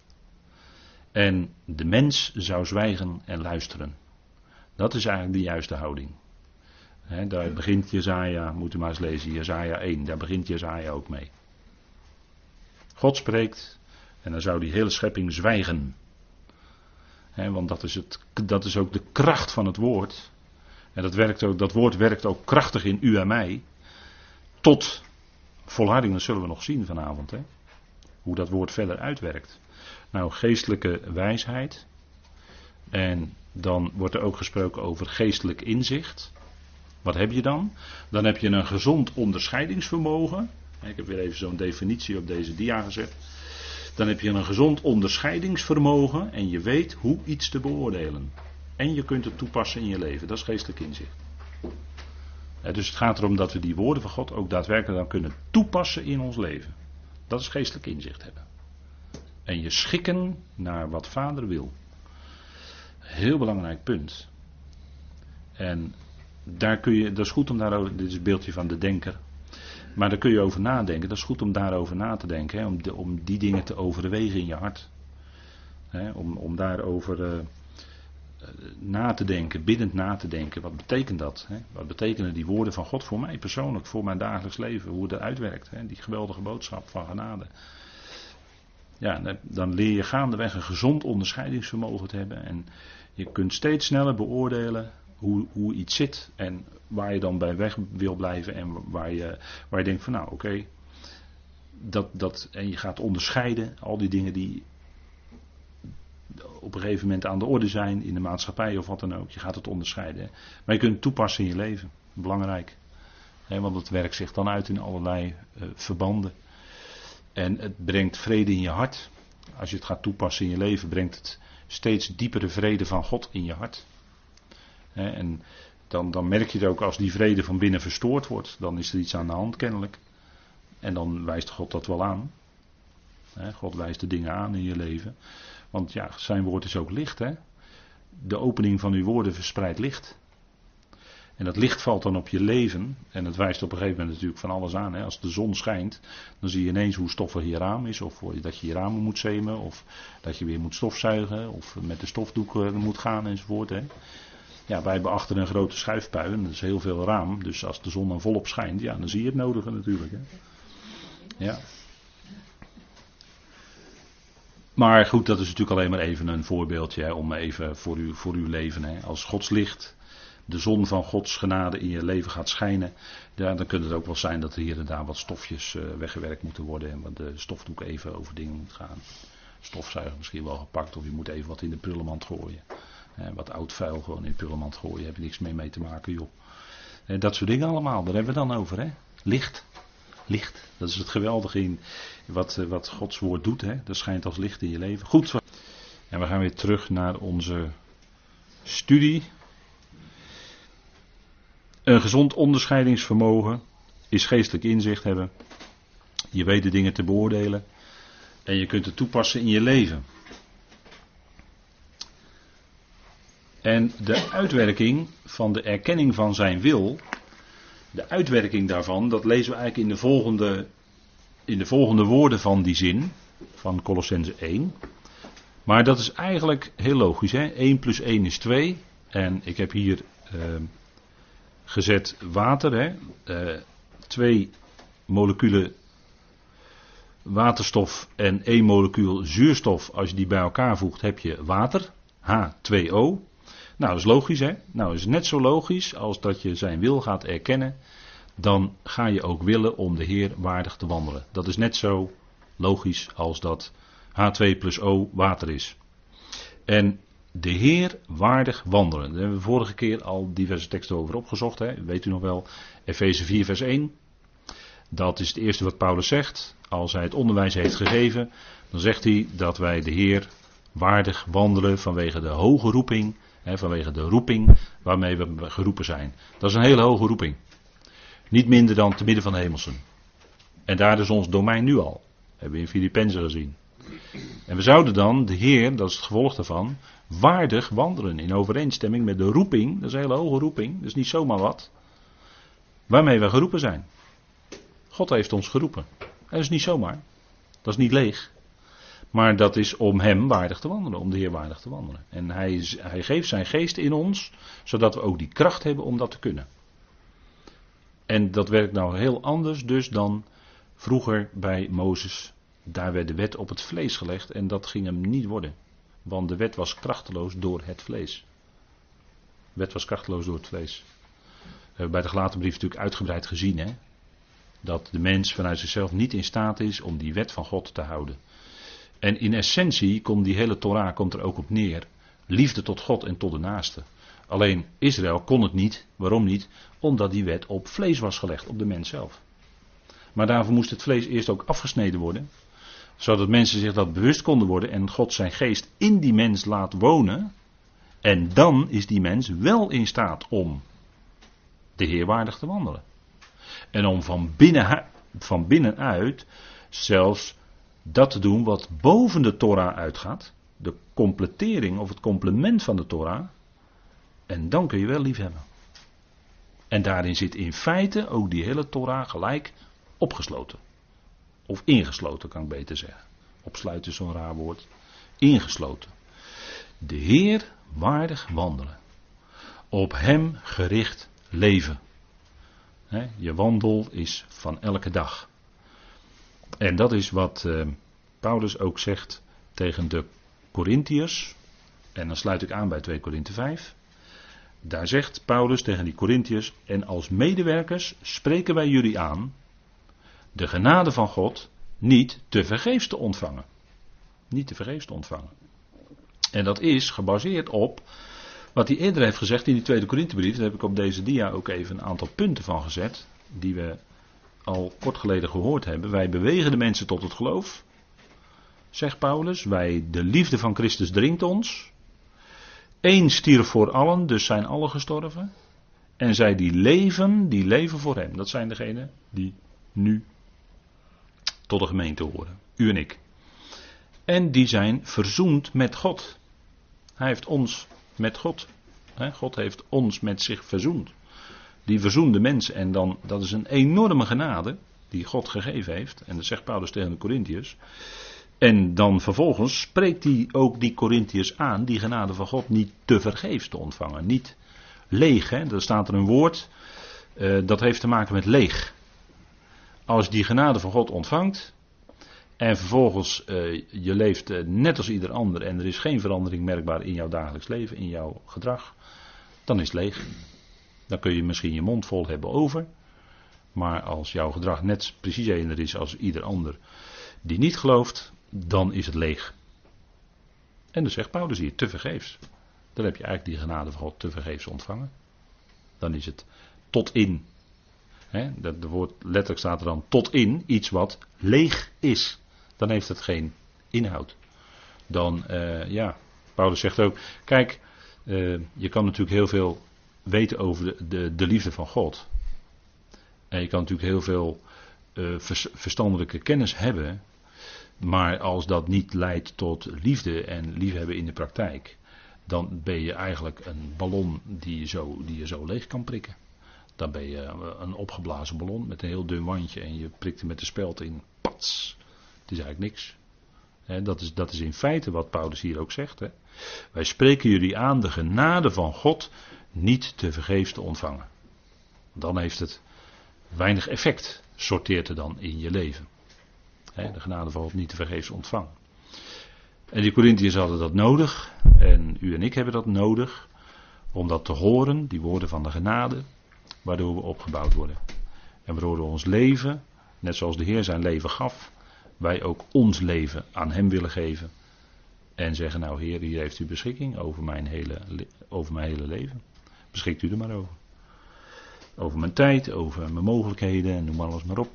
S1: En de mens zou zwijgen en luisteren. Dat is eigenlijk de juiste houding. He, daar begint Jesaja, moet u maar eens lezen, Jesaja één, daar begint Jesaja ook mee. God spreekt en dan zou die hele schepping zwijgen. He, want dat is, het, dat is ook de kracht van het woord. En dat, werkt ook, dat woord werkt ook krachtig in u en mij. Tot volharding, dat zullen we nog zien vanavond. He. Hoe dat woord verder uitwerkt. Nou, geestelijke wijsheid. En dan wordt er ook gesproken over geestelijk inzicht. Wat heb je dan? Dan heb je een gezond onderscheidingsvermogen. Ik heb weer even zo'n definitie op deze dia gezet. Dan heb je een gezond onderscheidingsvermogen en je weet hoe iets te beoordelen. En je kunt het toepassen in je leven. Dat is geestelijk inzicht. Dus het gaat erom dat we die woorden van God ook daadwerkelijk dan kunnen toepassen in ons leven. Dat is geestelijk inzicht hebben. En je schikken naar wat Vader wil. Heel belangrijk punt. En daar kun je, dat is goed om daarover, dit is een beeldje van de denker. Maar daar kun je over nadenken. Dat is goed om daarover na te denken. Hè, om, de, om die dingen te overwegen in je hart. Hè, om, om daarover uh, na te denken, biddend na te denken. Wat betekent dat? Hè? Wat betekenen die woorden van God voor mij persoonlijk, voor mijn dagelijks leven? Hoe het eruit werkt. Hè? Die geweldige boodschap van genade. Ja, dan leer je gaandeweg een gezond onderscheidingsvermogen te hebben. En je kunt steeds sneller beoordelen hoe, hoe iets zit. En waar je dan bij weg wil blijven. En waar je, waar je denkt van nou oké. Okay, dat, dat, en je gaat onderscheiden. Al die dingen die op een gegeven moment aan de orde zijn. In de maatschappij of wat dan ook. Je gaat het onderscheiden. Maar je kunt het toepassen in je leven. Belangrijk. He, want het werkt zich dan uit in allerlei uh, verbanden. En het brengt vrede in je hart. als je het gaat toepassen in je leven, brengt het steeds diepere vrede van God in je hart. He, en dan, dan merk je het ook als die vrede van binnen verstoord wordt. Dan is er iets aan de hand kennelijk. En dan wijst God dat wel aan. He, God wijst de dingen aan in je leven. Want ja, zijn woord is ook licht. Hè? De opening van uw woorden verspreidt licht. En dat licht valt dan op je leven. En dat wijst op een gegeven moment natuurlijk van alles aan. Hè? Als de zon schijnt, dan zie je ineens hoe stoffig je raam is. Of dat je je ramen moet zemen. Of dat je weer moet stofzuigen. Of met de stofdoek moet gaan enzovoort. Hè? Ja, wij hebben achter een grote schuifpui. En dat is heel veel raam. Dus als de zon dan volop schijnt, ja, dan zie je het nodige natuurlijk. Hè? Ja. Maar goed, dat is natuurlijk alleen maar even een voorbeeldje. Hè, om even voor, u, voor uw leven. Hè. Als Gods licht, de zon van Gods genade in je leven gaat schijnen. Ja, dan kan het ook wel zijn dat er hier en daar wat stofjes uh, weggewerkt moeten worden. En wat de stofdoek even over dingen moet gaan. Stofzuiger misschien wel gepakt. Of je moet even wat in de prullenmand gooien. Hè, wat oud vuil gewoon in de prullenmand gooien. Daar heb je niks mee mee te maken, joh. En dat soort dingen allemaal. Daar hebben we dan over. Hè. Licht. Licht. Dat is het geweldige in wat, wat Gods woord doet. Hè. Dat schijnt als licht in je leven. Goed. En we gaan weer terug naar onze studie. Een gezond onderscheidingsvermogen is geestelijk inzicht hebben. Je weet de dingen te beoordelen. En je kunt het toepassen in je leven. En de uitwerking van de erkenning van zijn wil. De uitwerking daarvan, dat lezen we eigenlijk in de volgende, in de volgende woorden van die zin. Van Kolossenzen één. Maar dat is eigenlijk heel logisch. Hè? één plus één is twee. En ik heb hier uh, gezet water. Hè? Uh, twee moleculen waterstof en één molecuul zuurstof. Als je die bij elkaar voegt heb je water. H twee O. Nou, dat is logisch, hè? Nou, is net zo logisch als dat je zijn wil gaat erkennen. Dan ga je ook willen om de Heer waardig te wandelen. Dat is net zo logisch als dat H twee plus O water is. En de Heer waardig wandelen. Daar hebben we vorige keer al diverse teksten over opgezocht. Hè? Weet u nog wel, Efeze vier vers één. Dat is het eerste wat Paulus zegt. Als hij het onderwijs heeft gegeven, dan zegt hij dat wij de Heer waardig wandelen vanwege de hoge roeping. Hè, vanwege de roeping waarmee we geroepen zijn. Dat is een hele hoge roeping. Niet minder dan te midden van de hemelsen. En daar is ons domein nu al. Hebben we in Filippenzen gezien. En we zouden dan de Heer, dat is het gevolg daarvan, waardig wandelen. In overeenstemming met de roeping. Dat is een hele hoge roeping. Dat is niet zomaar wat. Waarmee we geroepen zijn. God heeft ons geroepen. En dat is niet zomaar. Dat is niet leeg. Maar dat is om hem waardig te wandelen. Om de Heer waardig te wandelen. En hij, hij geeft zijn geest in ons. Zodat we ook die kracht hebben om dat te kunnen. En dat werkt nou heel anders dus dan vroeger bij Mozes. Daar werd de wet op het vlees gelegd. En dat ging hem niet worden. Want de wet was krachteloos door het vlees. De wet was krachteloos door het vlees. We hebben bij de Galatenbrief natuurlijk uitgebreid gezien. Hè? Dat de mens vanuit zichzelf niet in staat is om die wet van God te houden. En in essentie komt die hele Torah komt er ook op neer. Liefde tot God en tot de naaste. Alleen Israël kon het niet. Waarom niet? Omdat die wet op vlees was gelegd, op de mens zelf. Maar daarvoor moest het vlees eerst ook afgesneden worden. Zodat mensen zich dat bewust konden worden en God zijn geest in die mens laat wonen. En dan is die mens wel in staat om de Heer waardig te wandelen. En om van, binnen, van binnenuit zelfs dat te doen wat boven de Torah uitgaat. De completering of het complement van de Torah. En dan kun je wel lief hebben. En daarin zit in feite ook die hele Torah gelijk opgesloten. Of ingesloten kan ik beter zeggen. Opsluiten is zo'n raar woord. Ingesloten. De Heer waardig wandelen. Op hem gericht leven. He, je wandel is van elke dag. En dat is wat uh, Paulus ook zegt tegen de Korintiërs. En dan sluit ik aan bij twee Korinthe vijf. Daar zegt Paulus tegen die Korintiërs: en als medewerkers spreken wij jullie aan de genade van God niet te vergeefs te ontvangen. Niet te vergeefs te ontvangen. En dat is gebaseerd op wat hij eerder heeft gezegd in die tweede Korinthebrief. Daar heb ik op deze dia ook even een aantal punten van gezet. Die we al kort geleden gehoord hebben. Wij bewegen de mensen tot het geloof. zegt Paulus, wij, de liefde van Christus dringt ons. Eén stierf voor allen, dus zijn allen gestorven. En zij die leven, die leven voor hem. Dat zijn degenen die nu tot de gemeente horen. U en ik. En die zijn verzoend met God. Hij heeft ons met God. God heeft ons met zich verzoend. Die verzoende mensen. En dan, dat is een enorme genade die God gegeven heeft. En dat zegt Paulus tegen de Corinthiërs. En dan vervolgens spreekt hij ook die Corinthiërs aan, die genade van God niet te vergeefs te ontvangen. Niet leeg, hè? Er staat er een woord, uh, dat heeft te maken met leeg. Als die genade van God ontvangt en vervolgens uh, je leeft uh, net als ieder ander en er is geen verandering merkbaar in jouw dagelijks leven, in jouw gedrag, dan is het leeg. Dan kun je misschien je mond vol hebben over, maar als jouw gedrag net precies eender is als ieder ander die niet gelooft, dan is het leeg. En dan zegt Paulus hier, te vergeefs. Dan heb je eigenlijk die genade van God te vergeefs ontvangen. Dan is het tot in. Hè, dat de woord letterlijk staat er dan tot in, iets wat leeg is. Dan heeft het geen inhoud. Dan, uh, ja, Paulus zegt ook, kijk, uh, je kan natuurlijk heel veel weten over de, de, de liefde van God. En je kan natuurlijk heel veel uh, verstandelijke kennis hebben. Maar als dat niet leidt tot liefde en liefhebben in de praktijk, dan ben je eigenlijk een ballon die je zo, die je zo leeg kan prikken. Dan ben je een opgeblazen ballon met een heel dun wandje en je prikt er met de speld in. Pats! Het is eigenlijk niks. He, dat, is, dat is in feite wat Paulus hier ook zegt. He. Wij spreken jullie aan de genade van God niet te vergeefs te ontvangen. Dan heeft het weinig effect, sorteert er dan in je leven. He, de genade van God niet te vergeefs ontvangen. En die Corinthiërs hadden dat nodig. En u en ik hebben dat nodig. Om dat te horen, die woorden van de genade. Waardoor we opgebouwd worden. En waardoor we ons leven, net zoals de Heer zijn leven gaf, wij ook ons leven aan hem willen geven. En zeggen, nou Heer, hier heeft u beschikking over mijn hele, over mijn hele leven. Beschikt u er maar over. Over mijn tijd, over mijn mogelijkheden en noem alles maar op.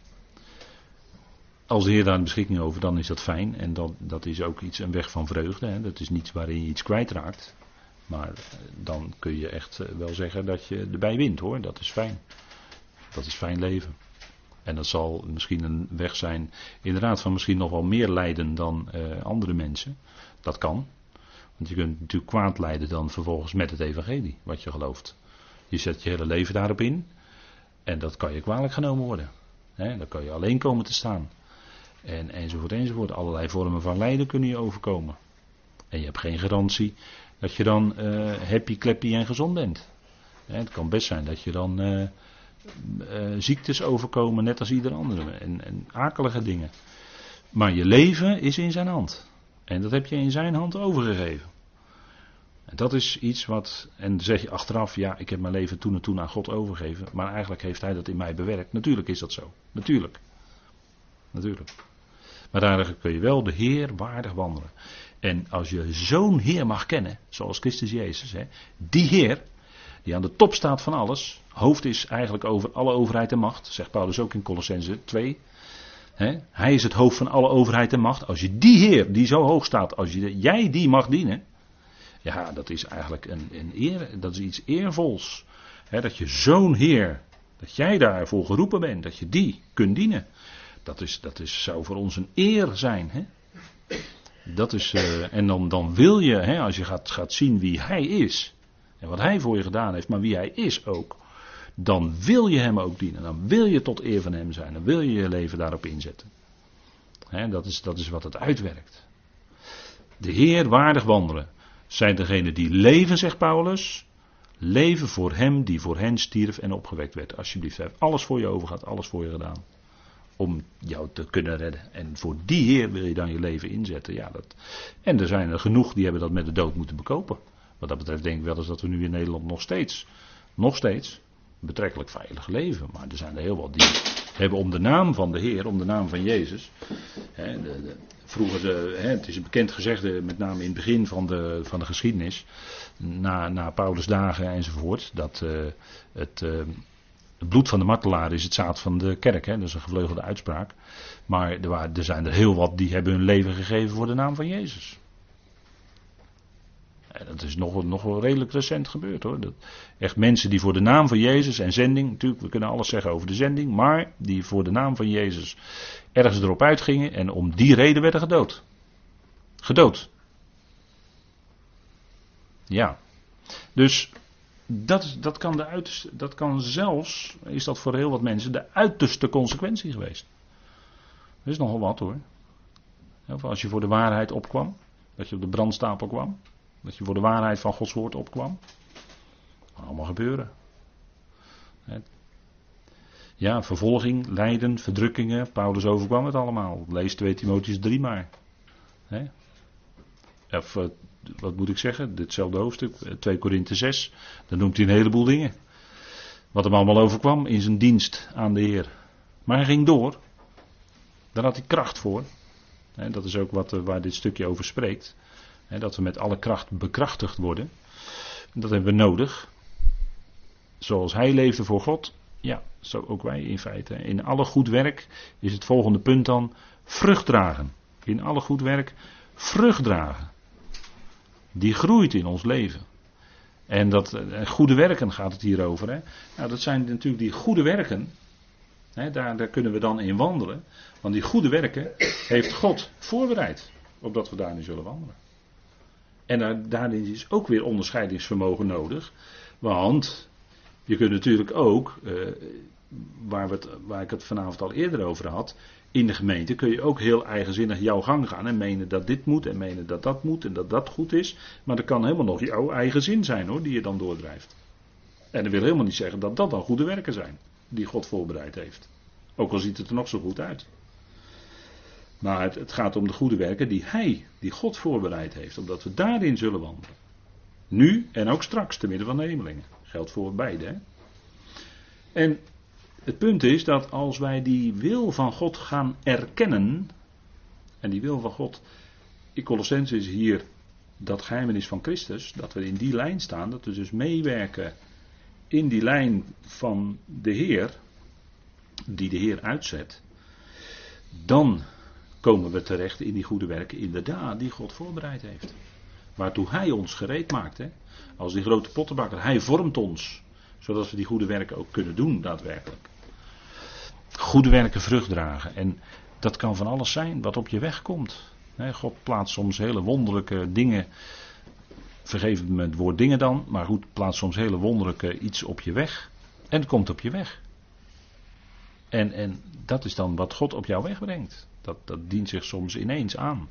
S1: Als de Heer daar een beschikking over, dan is dat fijn. En dat, dat is ook iets, een weg van vreugde. Hè. Dat is niets waarin je iets kwijtraakt. Maar dan kun je echt wel zeggen dat je erbij wint hoor. Dat is fijn. Dat is fijn leven. En dat zal misschien een weg zijn, inderdaad van misschien nog wel meer lijden dan uh, andere mensen. Dat kan. Want je kunt natuurlijk kwaad lijden dan vervolgens met het evangelie, wat je gelooft. Je zet je hele leven daarop in. En dat kan je kwalijk genomen worden. He, dan kan je alleen komen te staan. En enzovoort enzovoort. Allerlei vormen van lijden kunnen je overkomen. En je hebt geen garantie dat je dan uh, happy, clappy en gezond bent. He, het kan best zijn dat je dan uh, uh, ziektes overkomen net als ieder andere. En, en akelige dingen. Maar je leven is in zijn hand. En dat heb je in zijn hand overgegeven. En dat is iets wat, en dan zeg je achteraf, ja, ik heb mijn leven toen en toen aan God overgegeven. Maar eigenlijk heeft hij dat in mij bewerkt. Natuurlijk is dat zo. Natuurlijk. Natuurlijk. Maar daarin kun je wel de Heer waardig wandelen. En als je zo'n Heer mag kennen, zoals Christus Jezus, hè, die Heer, die aan de top staat van alles, hoofd is eigenlijk over alle overheid en macht, zegt Paulus ook in Colossenzen twee. Hè, hij is het hoofd van alle overheid en macht. Als je die Heer, die zo hoog staat, als je, jij die mag dienen, ja, dat is eigenlijk een, een eer, dat is iets eervols. Hè, dat je zo'n Heer, dat jij daarvoor geroepen bent, dat je die kunt dienen. Dat, is, dat is, zou voor ons een eer zijn. Hè? Dat is, uh, en dan, dan wil je, hè, als je gaat, gaat zien wie hij is. En wat hij voor je gedaan heeft, maar wie hij is ook. Dan wil je hem ook dienen. Dan wil je tot eer van hem zijn. Dan wil je je leven daarop inzetten. Hè, dat is, dat is wat het uitwerkt. De Heer waardig wandelen. Zijn degenen die leven, zegt Paulus. Leven voor hem die voor hen stierf en opgewekt werd. Alsjeblieft, hij heeft alles voor je overgehad. Alles voor je gedaan. Om jou te kunnen redden. En voor die Heer wil je dan je leven inzetten. Ja, dat... En er zijn er genoeg die hebben dat met de dood moeten bekopen. Wat dat betreft denk ik wel eens dat we nu in Nederland nog steeds, nog steeds, betrekkelijk veilig leven. Maar er zijn er heel wat die hebben om de naam van de Heer, om de naam van Jezus. Hè, de, de, vroeger, de, hè, het is een bekend gezegde, met name in het begin van de, van de geschiedenis. Na, na Paulus' dagen enzovoort. Dat uh, het... Uh, Het bloed van de martelaar is het zaad van de kerk. Hè? Dat is een gevleugelde uitspraak. Maar er, waren, er zijn er heel wat die hebben hun leven gegeven voor de naam van Jezus. En dat is nog, nog wel redelijk recent gebeurd hoor. Dat, echt mensen die voor de naam van Jezus en zending. Natuurlijk, we kunnen alles zeggen over de zending. Maar die voor de naam van Jezus ergens erop uitgingen. En om die reden werden gedood. Gedood. Ja. Dus dat, dat, kan de uiterste, dat kan zelfs, is dat voor heel wat mensen, de uiterste consequentie geweest. Dat is nogal wat hoor. Als je voor de waarheid opkwam, dat je op de brandstapel kwam, dat je voor de waarheid van Gods woord opkwam. Kan allemaal gebeuren. Ja, vervolging, lijden, verdrukkingen, Paulus overkwam het allemaal. Lees twee Timotheüs drie maar. He? Of, wat moet ik zeggen, ditzelfde hoofdstuk, twee Korinthe zes, dan noemt hij een heleboel dingen. Wat hem allemaal overkwam in zijn dienst aan de Heer. Maar hij ging door. Daar had hij kracht voor. He, dat is ook wat, waar dit stukje over spreekt. He, dat we met alle kracht bekrachtigd worden. Dat hebben we nodig. Zoals hij leefde voor God, ja, zo ook wij in feite. In alle goed werk is het volgende punt dan vrucht dragen. In alle goed werk vrucht dragen. Die groeit in ons leven. En dat en goede werken gaat het hier over. Hè? Nou, dat zijn natuurlijk die goede werken. Hè, daar, daar kunnen we dan in wandelen. Want die goede werken heeft God voorbereid. Opdat we daarin zullen wandelen. En daar, daarin is ook weer onderscheidingsvermogen nodig. Want je kunt natuurlijk ook, uh, waar, we het, waar ik het vanavond al eerder over had. In de gemeente kun je ook heel eigenzinnig jouw gang gaan. En menen dat dit moet en menen dat dat moet en dat dat goed is. Maar dat kan helemaal nog jouw eigen zin zijn hoor, die je dan doordrijft. En dat wil helemaal niet zeggen dat dat dan goede werken zijn. Die God voorbereid heeft. Ook al ziet het er nog zo goed uit. Maar het, het gaat om de goede werken die Hij, die God voorbereid heeft. Omdat we daarin zullen wandelen. Nu en ook straks, te midden van de hemelingen. Geldt voor beide. Hè? En het punt is dat als wij die wil van God gaan erkennen. En die wil van God. In Colossenzen is hier dat geheimenis van Christus. Dat we in die lijn staan. Dat we dus meewerken in die lijn van de Heer. Die de Heer uitzet. Dan komen we terecht in die goede werken inderdaad die God voorbereid heeft. Waartoe Hij ons gereed maakt. Hè? Als die grote pottenbakker. Hij vormt ons. Zodat we die goede werken ook kunnen doen daadwerkelijk. Goede werken vrucht dragen. En dat kan van alles zijn wat op je weg komt. God plaatst soms hele wonderlijke dingen. Vergeef me het woord dingen dan. Maar goed, plaatst soms hele wonderlijke iets op je weg. En het komt op je weg. En, en dat is dan wat God op jouw weg brengt. Dat, dat dient zich soms ineens aan.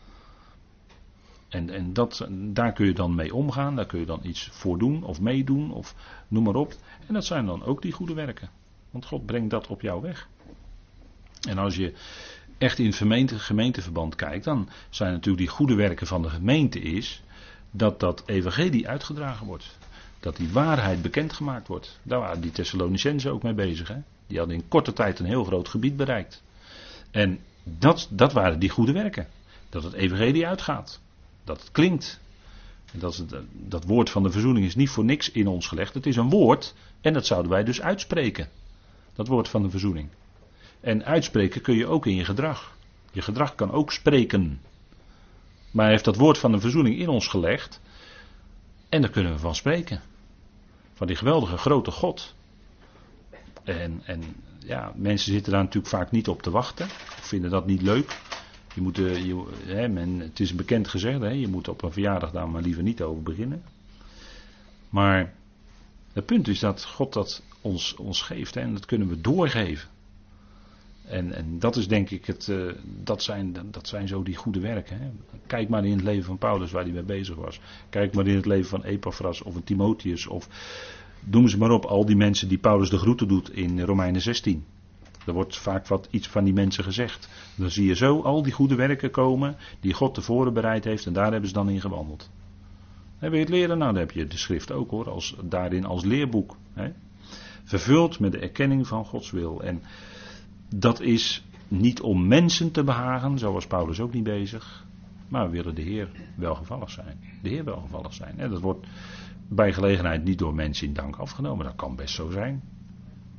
S1: En, en dat, daar kun je dan mee omgaan. Daar kun je dan iets voor doen of meedoen of noem maar op. En dat zijn dan ook die goede werken. Want God brengt dat op jouw weg. En als je echt in gemeente, gemeenteverband kijkt, dan zijn natuurlijk die goede werken van de gemeente is dat dat evangelie uitgedragen wordt. Dat die waarheid bekendgemaakt wordt. Daar waren die Thessalonicenzen ook mee bezig. Hè? Die hadden in korte tijd een heel groot gebied bereikt. En dat, dat waren die goede werken. Dat het evangelie uitgaat. Dat het klinkt. En dat, het, dat woord van de verzoening is niet voor niks in ons gelegd. Het is een woord en dat zouden wij dus uitspreken. Dat woord van de verzoening. En uitspreken kun je ook in je gedrag. Je gedrag kan ook spreken. Maar hij heeft dat woord van de verzoening in ons gelegd. En daar kunnen we van spreken. Van die geweldige grote God. En, en ja, mensen zitten daar natuurlijk vaak niet op te wachten. Of vinden dat niet leuk. Je moet, uh, je, hè, men, het is bekend gezegd, hè, je moet op een verjaardag daar maar liever niet over beginnen. Maar het punt is dat God dat ons, ons geeft hè, en dat kunnen we doorgeven. En, en dat is denk ik, het, uh, dat, zijn, dat zijn zo die goede werken. Hè. Kijk maar in het leven van Paulus waar hij mee bezig was. Kijk maar in het leven van Epaphras of een Timotheus of noem ze maar op, al die mensen die Paulus de groeten doet in Romeinen zestien. Er wordt vaak wat iets van die mensen gezegd. Dan zie je zo al die goede werken komen die God tevoren bereid heeft en daar hebben ze dan in gewandeld. En wil je het leren? Nou, dan heb je de schrift ook hoor, als, daarin als leerboek. Hè? Vervuld met de erkenning van Gods wil. En dat is niet om mensen te behagen, zo was Paulus ook niet bezig. Maar we willen de Heer welgevallig zijn. De Heer welgevallig zijn. En dat wordt bij gelegenheid niet door mensen in dank afgenomen. Dat kan best zo zijn.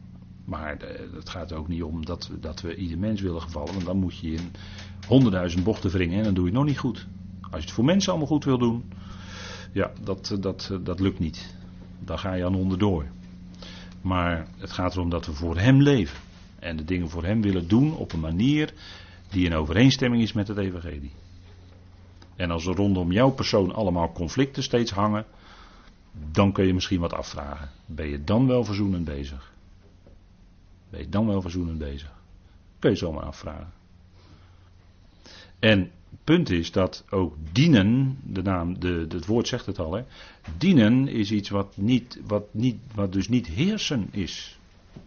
S1: Maar de, het gaat ook niet om dat we, dat we ieder mens willen gevallen. Want dan moet je in honderdduizend bochten wringen en dan doe je het nog niet goed. Als je het voor mensen allemaal goed wil doen, ja, dat, dat, dat lukt niet. Dan ga je aan onderdoor. Maar het gaat erom dat we voor hem leven. En de dingen voor hem willen doen op een manier die in overeenstemming is met het evangelie. En als er rondom jouw persoon allemaal conflicten steeds hangen, dan kun je misschien wat afvragen. Ben je dan wel verzoenend bezig? Ben je dan wel verzoenend bezig? Kun je zomaar afvragen. En het punt is dat ook dienen, de naam, de, het woord zegt het al, hè, dienen is iets wat, niet, wat, niet, wat dus niet heersen is.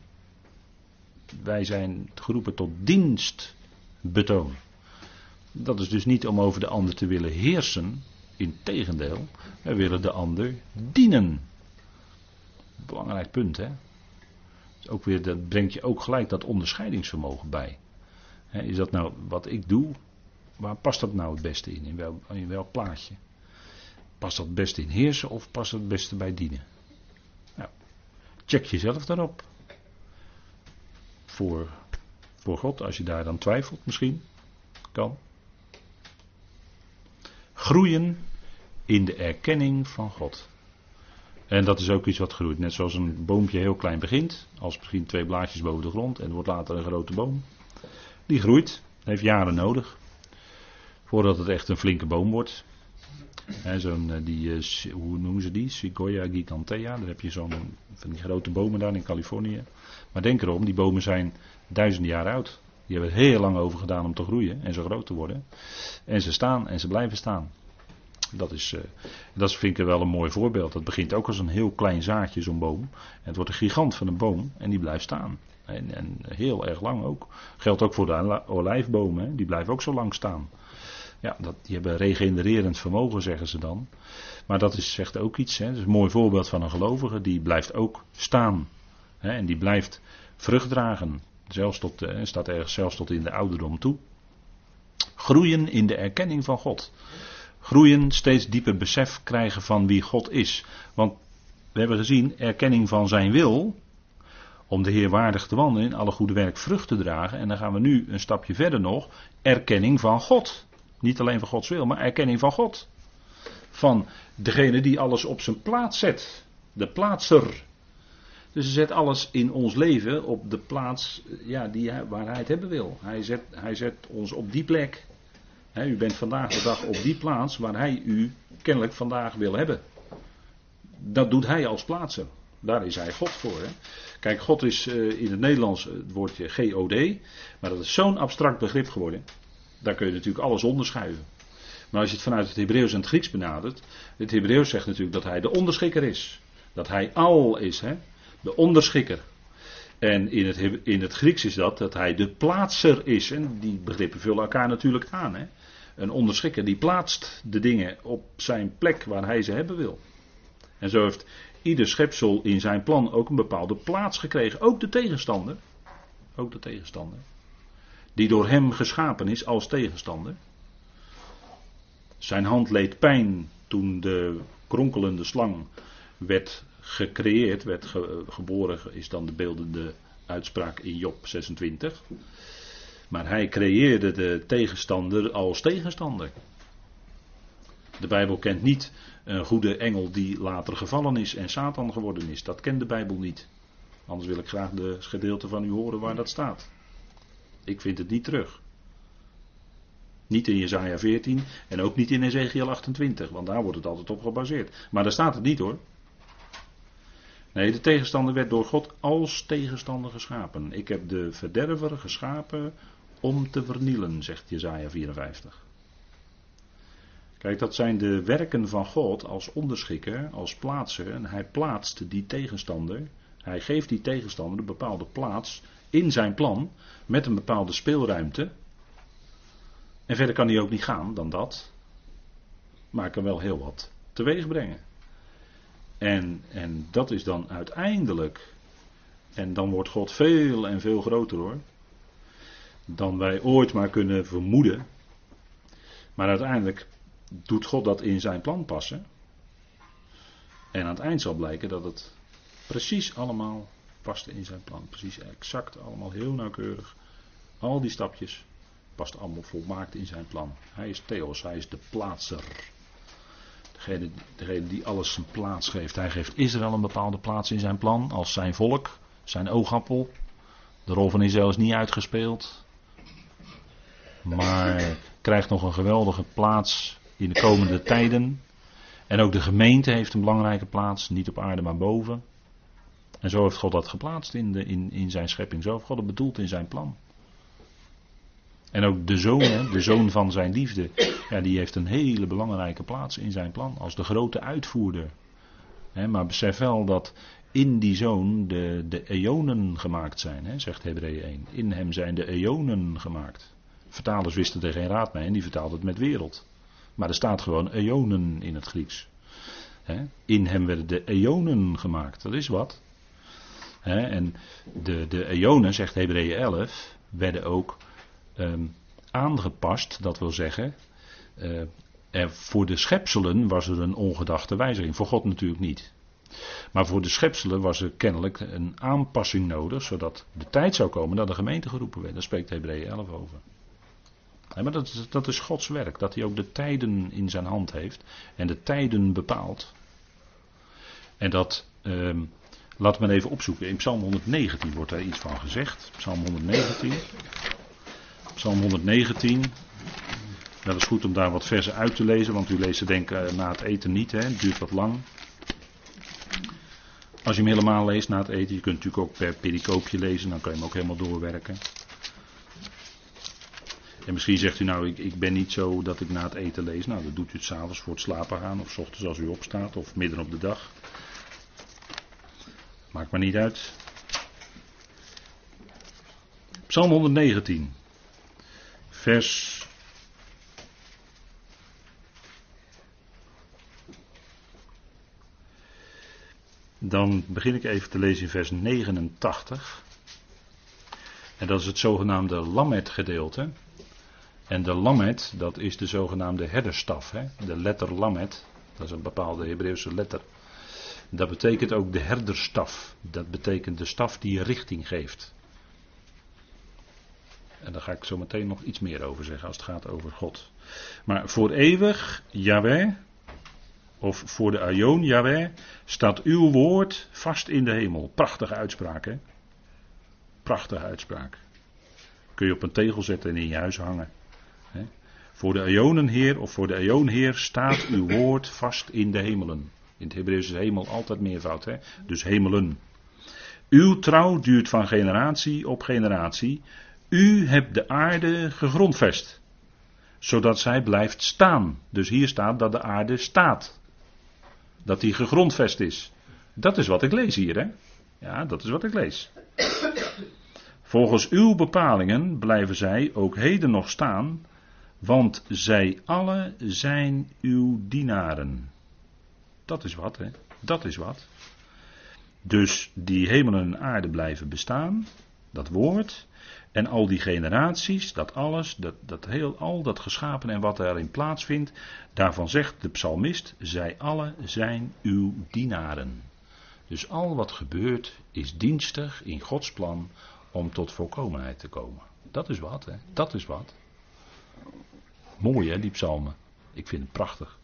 S1: Wij zijn geroepen tot dienstbetoon. Dat is dus niet om over de ander te willen heersen. Integendeel, wij willen de ander dienen. Belangrijk punt, hè. Dus ook weer, dat brengt je ook gelijk dat onderscheidingsvermogen bij. He, is dat nou wat ik doe? Waar past dat nou het beste in? In welk, in welk plaatje? Past dat het beste in heersen of past dat het beste bij dienen? Nou, check jezelf daarop. Voor, voor God, als je daar dan twijfelt misschien. Kan. Groeien in de erkenning van God. En dat is ook iets wat groeit. Net zoals een boompje heel klein begint. Als misschien twee blaadjes boven de grond. En het wordt later een grote boom. Die groeit. Heeft jaren nodig. Voordat het echt een flinke boom wordt. He, zo'n, die, hoe noemen ze die? Sequoia gigantea. Daar heb je zo'n van die grote bomen daar in Californië. Maar denk erom, die bomen zijn duizenden jaren oud. Die hebben er heel lang over gedaan om te groeien en zo groot te worden. En ze staan en ze blijven staan. Dat is, uh, dat vind ik wel een mooi voorbeeld. Dat begint ook als een heel klein zaadje, zo'n boom. En het wordt een gigant van een boom en die blijft staan. En, en heel erg lang ook. Geldt ook voor de olijfbomen, hè. Die blijven ook zo lang staan. Ja, dat, die hebben regenererend vermogen, zeggen ze dan. Maar dat is, zegt ook iets. Hè. Dat is een mooi voorbeeld van een gelovige. Die blijft ook staan. Hè, en die blijft vrucht dragen. Zelfs tot, eh, staat ergens zelfs tot in de ouderdom toe. Groeien in de erkenning van God. Groeien, steeds dieper besef krijgen van wie God is. Want we hebben gezien, erkenning van zijn wil. Om de Heer waardig te wandelen, in alle goede werk vrucht te dragen. En dan gaan we nu een stapje verder nog. Erkenning van God. Niet alleen van Gods wil, maar erkenning van God. Van degene die alles op zijn plaats zet. De plaatser. Dus hij zet alles in ons leven op de plaats ja, die hij, waar hij het hebben wil. Hij zet, hij zet ons op die plek. He, u bent vandaag de dag op die plaats waar hij u kennelijk vandaag wil hebben. Dat doet hij als plaatser. Daar is hij God voor. Hè. Kijk, God is uh, in het Nederlands het woordje G O D. Maar dat is zo'n abstract begrip geworden. Daar kun je natuurlijk alles onderschuiven. Maar als je het vanuit het Hebreeuws en het Grieks benadert. Het Hebreeuws zegt natuurlijk dat hij de onderschikker is. Dat hij al is. Hè. De onderschikker. En in het, in het Grieks is dat dat hij de plaatser is. En die begrippen vullen elkaar natuurlijk aan. Hè. Een onderschikker die plaatst de dingen op zijn plek waar hij ze hebben wil. En zo heeft ieder schepsel in zijn plan ook een bepaalde plaats gekregen. Ook de tegenstander. Ook de tegenstander. Die door hem geschapen is als tegenstander. Zijn hand leed pijn toen de kronkelende slang werd gecreëerd, werd ge, geboren, is dan de beeldende uitspraak in Job zesentwintig. Maar hij creëerde de tegenstander als tegenstander. De Bijbel kent niet een goede engel die later gevallen is en Satan geworden is. Dat kent de Bijbel niet. Anders wil ik graag de gedeelte van u horen waar dat staat. Ik vind het niet terug. Niet in Jesaja veertien en ook niet in Ezekiel achtentwintig, want daar wordt het altijd op gebaseerd. Maar daar staat het niet hoor. Nee, de tegenstander werd door God als tegenstander geschapen. Ik heb de verderver geschapen om te vernielen, zegt Jesaja vierenvijftig. Kijk, dat zijn de werken van God als onderschikker, als plaatser. En hij plaatst die tegenstander, hij geeft die tegenstander een bepaalde plaats in zijn plan, met een bepaalde speelruimte. En verder kan hij ook niet gaan dan dat. Maar hij kan wel heel wat teweeg brengen. En, en dat is dan uiteindelijk, en dan wordt God veel en veel groter hoor, dan wij ooit maar kunnen vermoeden. Maar uiteindelijk doet God dat in zijn plan passen. En aan het eind zal blijken dat het precies allemaal paste in zijn plan. Precies exact, allemaal heel nauwkeurig. Al die stapjes past allemaal volmaakt in zijn plan. Hij is Theos, hij is de plaatser. Degene, degene die alles zijn plaats geeft. Hij geeft Israël een bepaalde plaats in zijn plan als zijn volk, zijn oogappel. De rol van Israël is niet uitgespeeld. Maar krijgt nog een geweldige plaats in de komende tijden. En ook de gemeente heeft een belangrijke plaats, niet op aarde maar boven. En zo heeft God dat geplaatst in, de, in, in zijn schepping. Zo heeft God het bedoeld in zijn plan. En ook de zoon, hè, de zoon van zijn liefde, ja, die heeft een hele belangrijke plaats in zijn plan. Als de grote uitvoerder. Hè, maar besef wel dat in die zoon de, de eonen gemaakt zijn, hè, zegt Hebreeën één. In hem zijn de eonen gemaakt. Vertalers wisten er geen raad mee en die vertaalden het met wereld. Maar er staat gewoon eonen in het Grieks. He, in hem werden de eonen gemaakt. Dat is wat. He, en de, de eonen, zegt Hebreeën elf, werden ook um, aangepast. Dat wil zeggen, uh, er, voor de schepselen was er een ongedachte wijziging. Voor God natuurlijk niet. Maar voor de schepselen was er kennelijk een aanpassing nodig. Zodat de tijd zou komen dat de gemeente geroepen werd. Daar spreekt Hebreeën elf over. Ja, maar dat, dat is Gods werk, dat hij ook de tijden in zijn hand heeft en de tijden bepaalt. En dat, eh, laten we maar even opzoeken, in Psalm honderdnegentien wordt daar iets van gezegd. Psalm honderdnegentien. Psalm honderdnegentien. Wel is goed om daar wat versen uit te lezen, want u leest het denk ik na het eten niet, hè? Het duurt wat lang. Als je hem helemaal leest na het eten, je kunt natuurlijk ook per pericoopje lezen, dan kan je hem ook helemaal doorwerken. En misschien zegt u nou, ik, ik ben niet zo dat ik na het eten lees. Nou, dan doet u het 's avonds voor het slapen gaan. Of 's ochtends als u opstaat. Of midden op de dag. Maakt maar niet uit. Psalm honderdnegentien. Vers... Dan begin ik even te lezen in vers negenentachtig. En dat is het zogenaamde Lamed gedeelte. En de Lamed, dat is de zogenaamde herderstaf. Hè? De letter Lamed, dat is een bepaalde Hebreeuwse letter. Dat betekent ook de herderstaf. Dat betekent de staf die je richting geeft. En daar ga ik zo meteen nog iets meer over zeggen als het gaat over God. Maar voor eeuwig, Yahweh, of voor de Aion, Yahweh, staat uw woord vast in de hemel. Prachtige uitspraak, hè? Prachtige uitspraak. Kun je op een tegel zetten en in je huis hangen. He. Voor de Eonenheer of voor de Eonheer staat uw woord vast in de hemelen. In het Hebreeuws is hemel altijd meervoud, hè? Dus hemelen. Uw trouw duurt van generatie op generatie. U hebt de aarde gegrondvest, zodat zij blijft staan. Dus hier staat dat de aarde staat. Dat die gegrondvest is. Dat is wat ik lees hier, hè? Ja, dat is wat ik lees. Volgens uw bepalingen blijven zij ook heden nog staan, want zij alle zijn uw dienaren. Dat is wat, hè? Dat is wat. Dus die hemelen en aarde blijven bestaan, dat woord, en al die generaties, dat alles, dat, dat heel, al dat geschapen en wat erin plaatsvindt, daarvan zegt de psalmist, zij alle zijn uw dienaren. Dus al wat gebeurt is dienstig in Gods plan om tot volkomenheid te komen. Dat is wat, hè? Dat is wat. Mooi, hè, die psalmen. Ik vind het prachtig.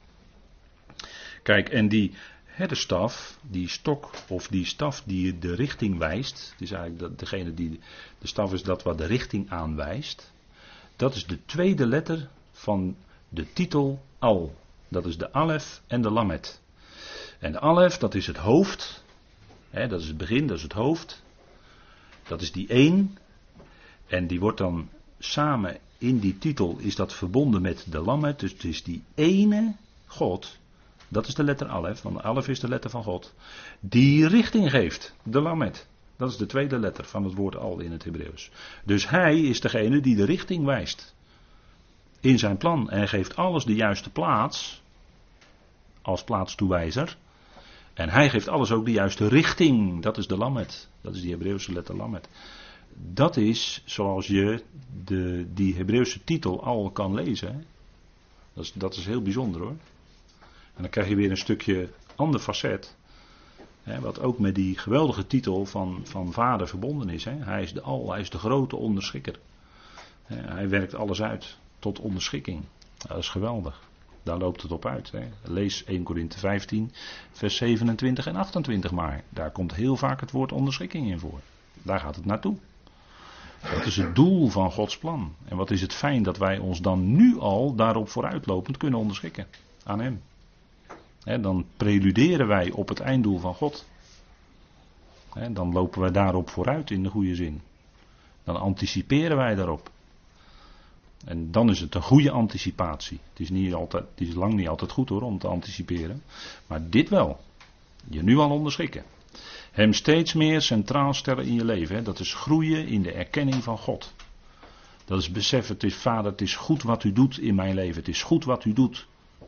S1: Kijk, en die herderstaf, die stok of die staf die de richting wijst. Het is eigenlijk degene die, de staf is dat wat de richting aanwijst. Dat is de tweede letter van de titel Al. Dat is de Alef en de Lamet. En de Alef, dat is het hoofd. Hè, dat is het begin, dat is het hoofd. Dat is die één. En die wordt dan samen in die titel is dat verbonden met de Lamet. Dus het is die ene God. Dat is de letter Alef, want Alef is de letter van God. Die richting geeft, de Lamet. Dat is de tweede letter van het woord Al in het Hebreeuws. Dus hij is degene die de richting wijst. In zijn plan. En hij geeft alles de juiste plaats. Als plaatstoewijzer. En hij geeft alles ook de juiste richting. Dat is de Lamet. Dat is die Hebreeuwse letter Lamet. Dat is zoals je de, die Hebreeuwse titel Al kan lezen. Hè? Dat is, dat is heel bijzonder hoor. En dan krijg je weer een stukje ander facet. Hè, wat ook met die geweldige titel van, van vader verbonden is. Hè. Hij is de al, hij is de grote onderschikker. Hè, hij werkt alles uit tot onderschikking. Dat is geweldig. Daar loopt het op uit. Hè. Lees eerste Korinthe vijftien, vers zevenentwintig en achtentwintig maar. Daar komt heel vaak het woord onderschikking in voor. Daar gaat het naartoe. Dat is het doel van Gods plan. En wat is het fijn dat wij ons dan nu al daarop vooruitlopend kunnen onderschikken aan Hem. He, dan preluderen wij op het einddoel van God. He, dan lopen wij daarop vooruit in de goede zin. Dan anticiperen wij daarop. En dan is het een goede anticipatie. Het is, niet altijd, het is lang niet altijd goed hoor om te anticiperen. Maar dit wel. Je nu al onderschikken. Hem steeds meer centraal stellen in je leven. Hè? Dat is groeien in de erkenning van God. Dat is beseffen, het is Vader, het is goed wat u doet in mijn leven. Het is goed wat u doet.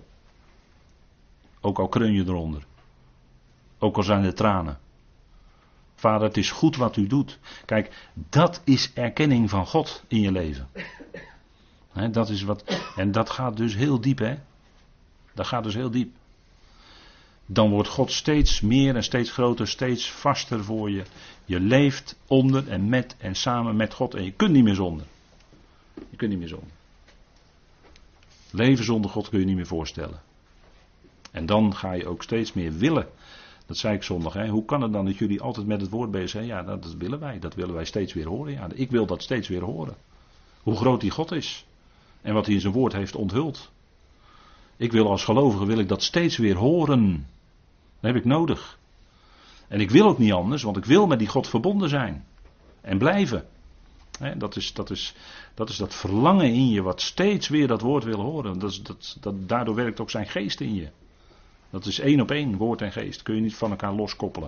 S1: Ook al kreun je eronder. Ook al zijn er tranen. Vader, het is goed wat u doet. Kijk, dat is erkenning van God in je leven. He, dat is wat, en dat gaat dus heel diep, hè. Dat gaat dus heel diep. Dan wordt God steeds meer en steeds groter, steeds vaster voor je. Je leeft onder en met en samen met God. En je kunt niet meer zonder. Je kunt niet meer zonder. Leven zonder God kun je niet meer voorstellen. En dan ga je ook steeds meer willen. Dat zei ik zondag. Hè? Hoe kan het dan dat jullie altijd met het woord bezig zijn? Ja, dat, dat willen wij. Dat willen wij steeds weer horen. Ja, ik wil dat steeds weer horen. Hoe groot die God is. En wat hij in zijn woord heeft onthuld. Ik wil als gelovige wil ik dat steeds weer horen. Dat heb ik nodig. En ik wil ook niet anders, want ik wil met die God verbonden zijn. En blijven. He, dat, is, dat, is, dat is dat verlangen in je wat steeds weer dat woord wil horen. Dat is, dat, dat, daardoor werkt ook zijn geest in je. Dat is één op één, woord en geest. Kun je niet van elkaar loskoppelen.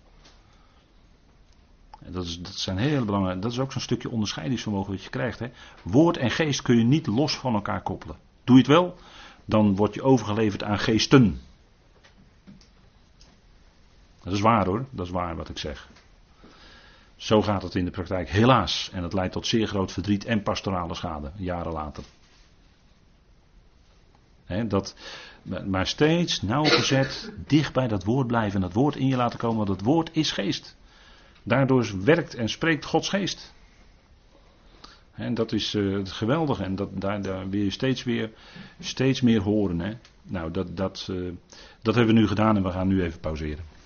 S1: En dat, is, dat zijn heel belangrijke. Dat is ook zo'n stukje onderscheidingsvermogen dat je krijgt. Hè. Woord en geest kun je niet los van elkaar koppelen. Doe je het wel, dan word je overgeleverd aan geesten. Dat is waar hoor, dat is waar wat ik zeg. Zo gaat het in de praktijk, helaas. En het leidt tot zeer groot verdriet en pastorale schade, jaren later. He, dat, maar steeds nauwgezet, dicht bij dat woord blijven en dat woord in je laten komen, want het woord is geest. Daardoor werkt en spreekt Gods geest. En dat is uh, het geweldige en dat, daar, daar wil je steeds weer, steeds meer horen. Hè. Nou, dat, dat, uh, dat hebben we nu gedaan en we gaan nu even pauzeren.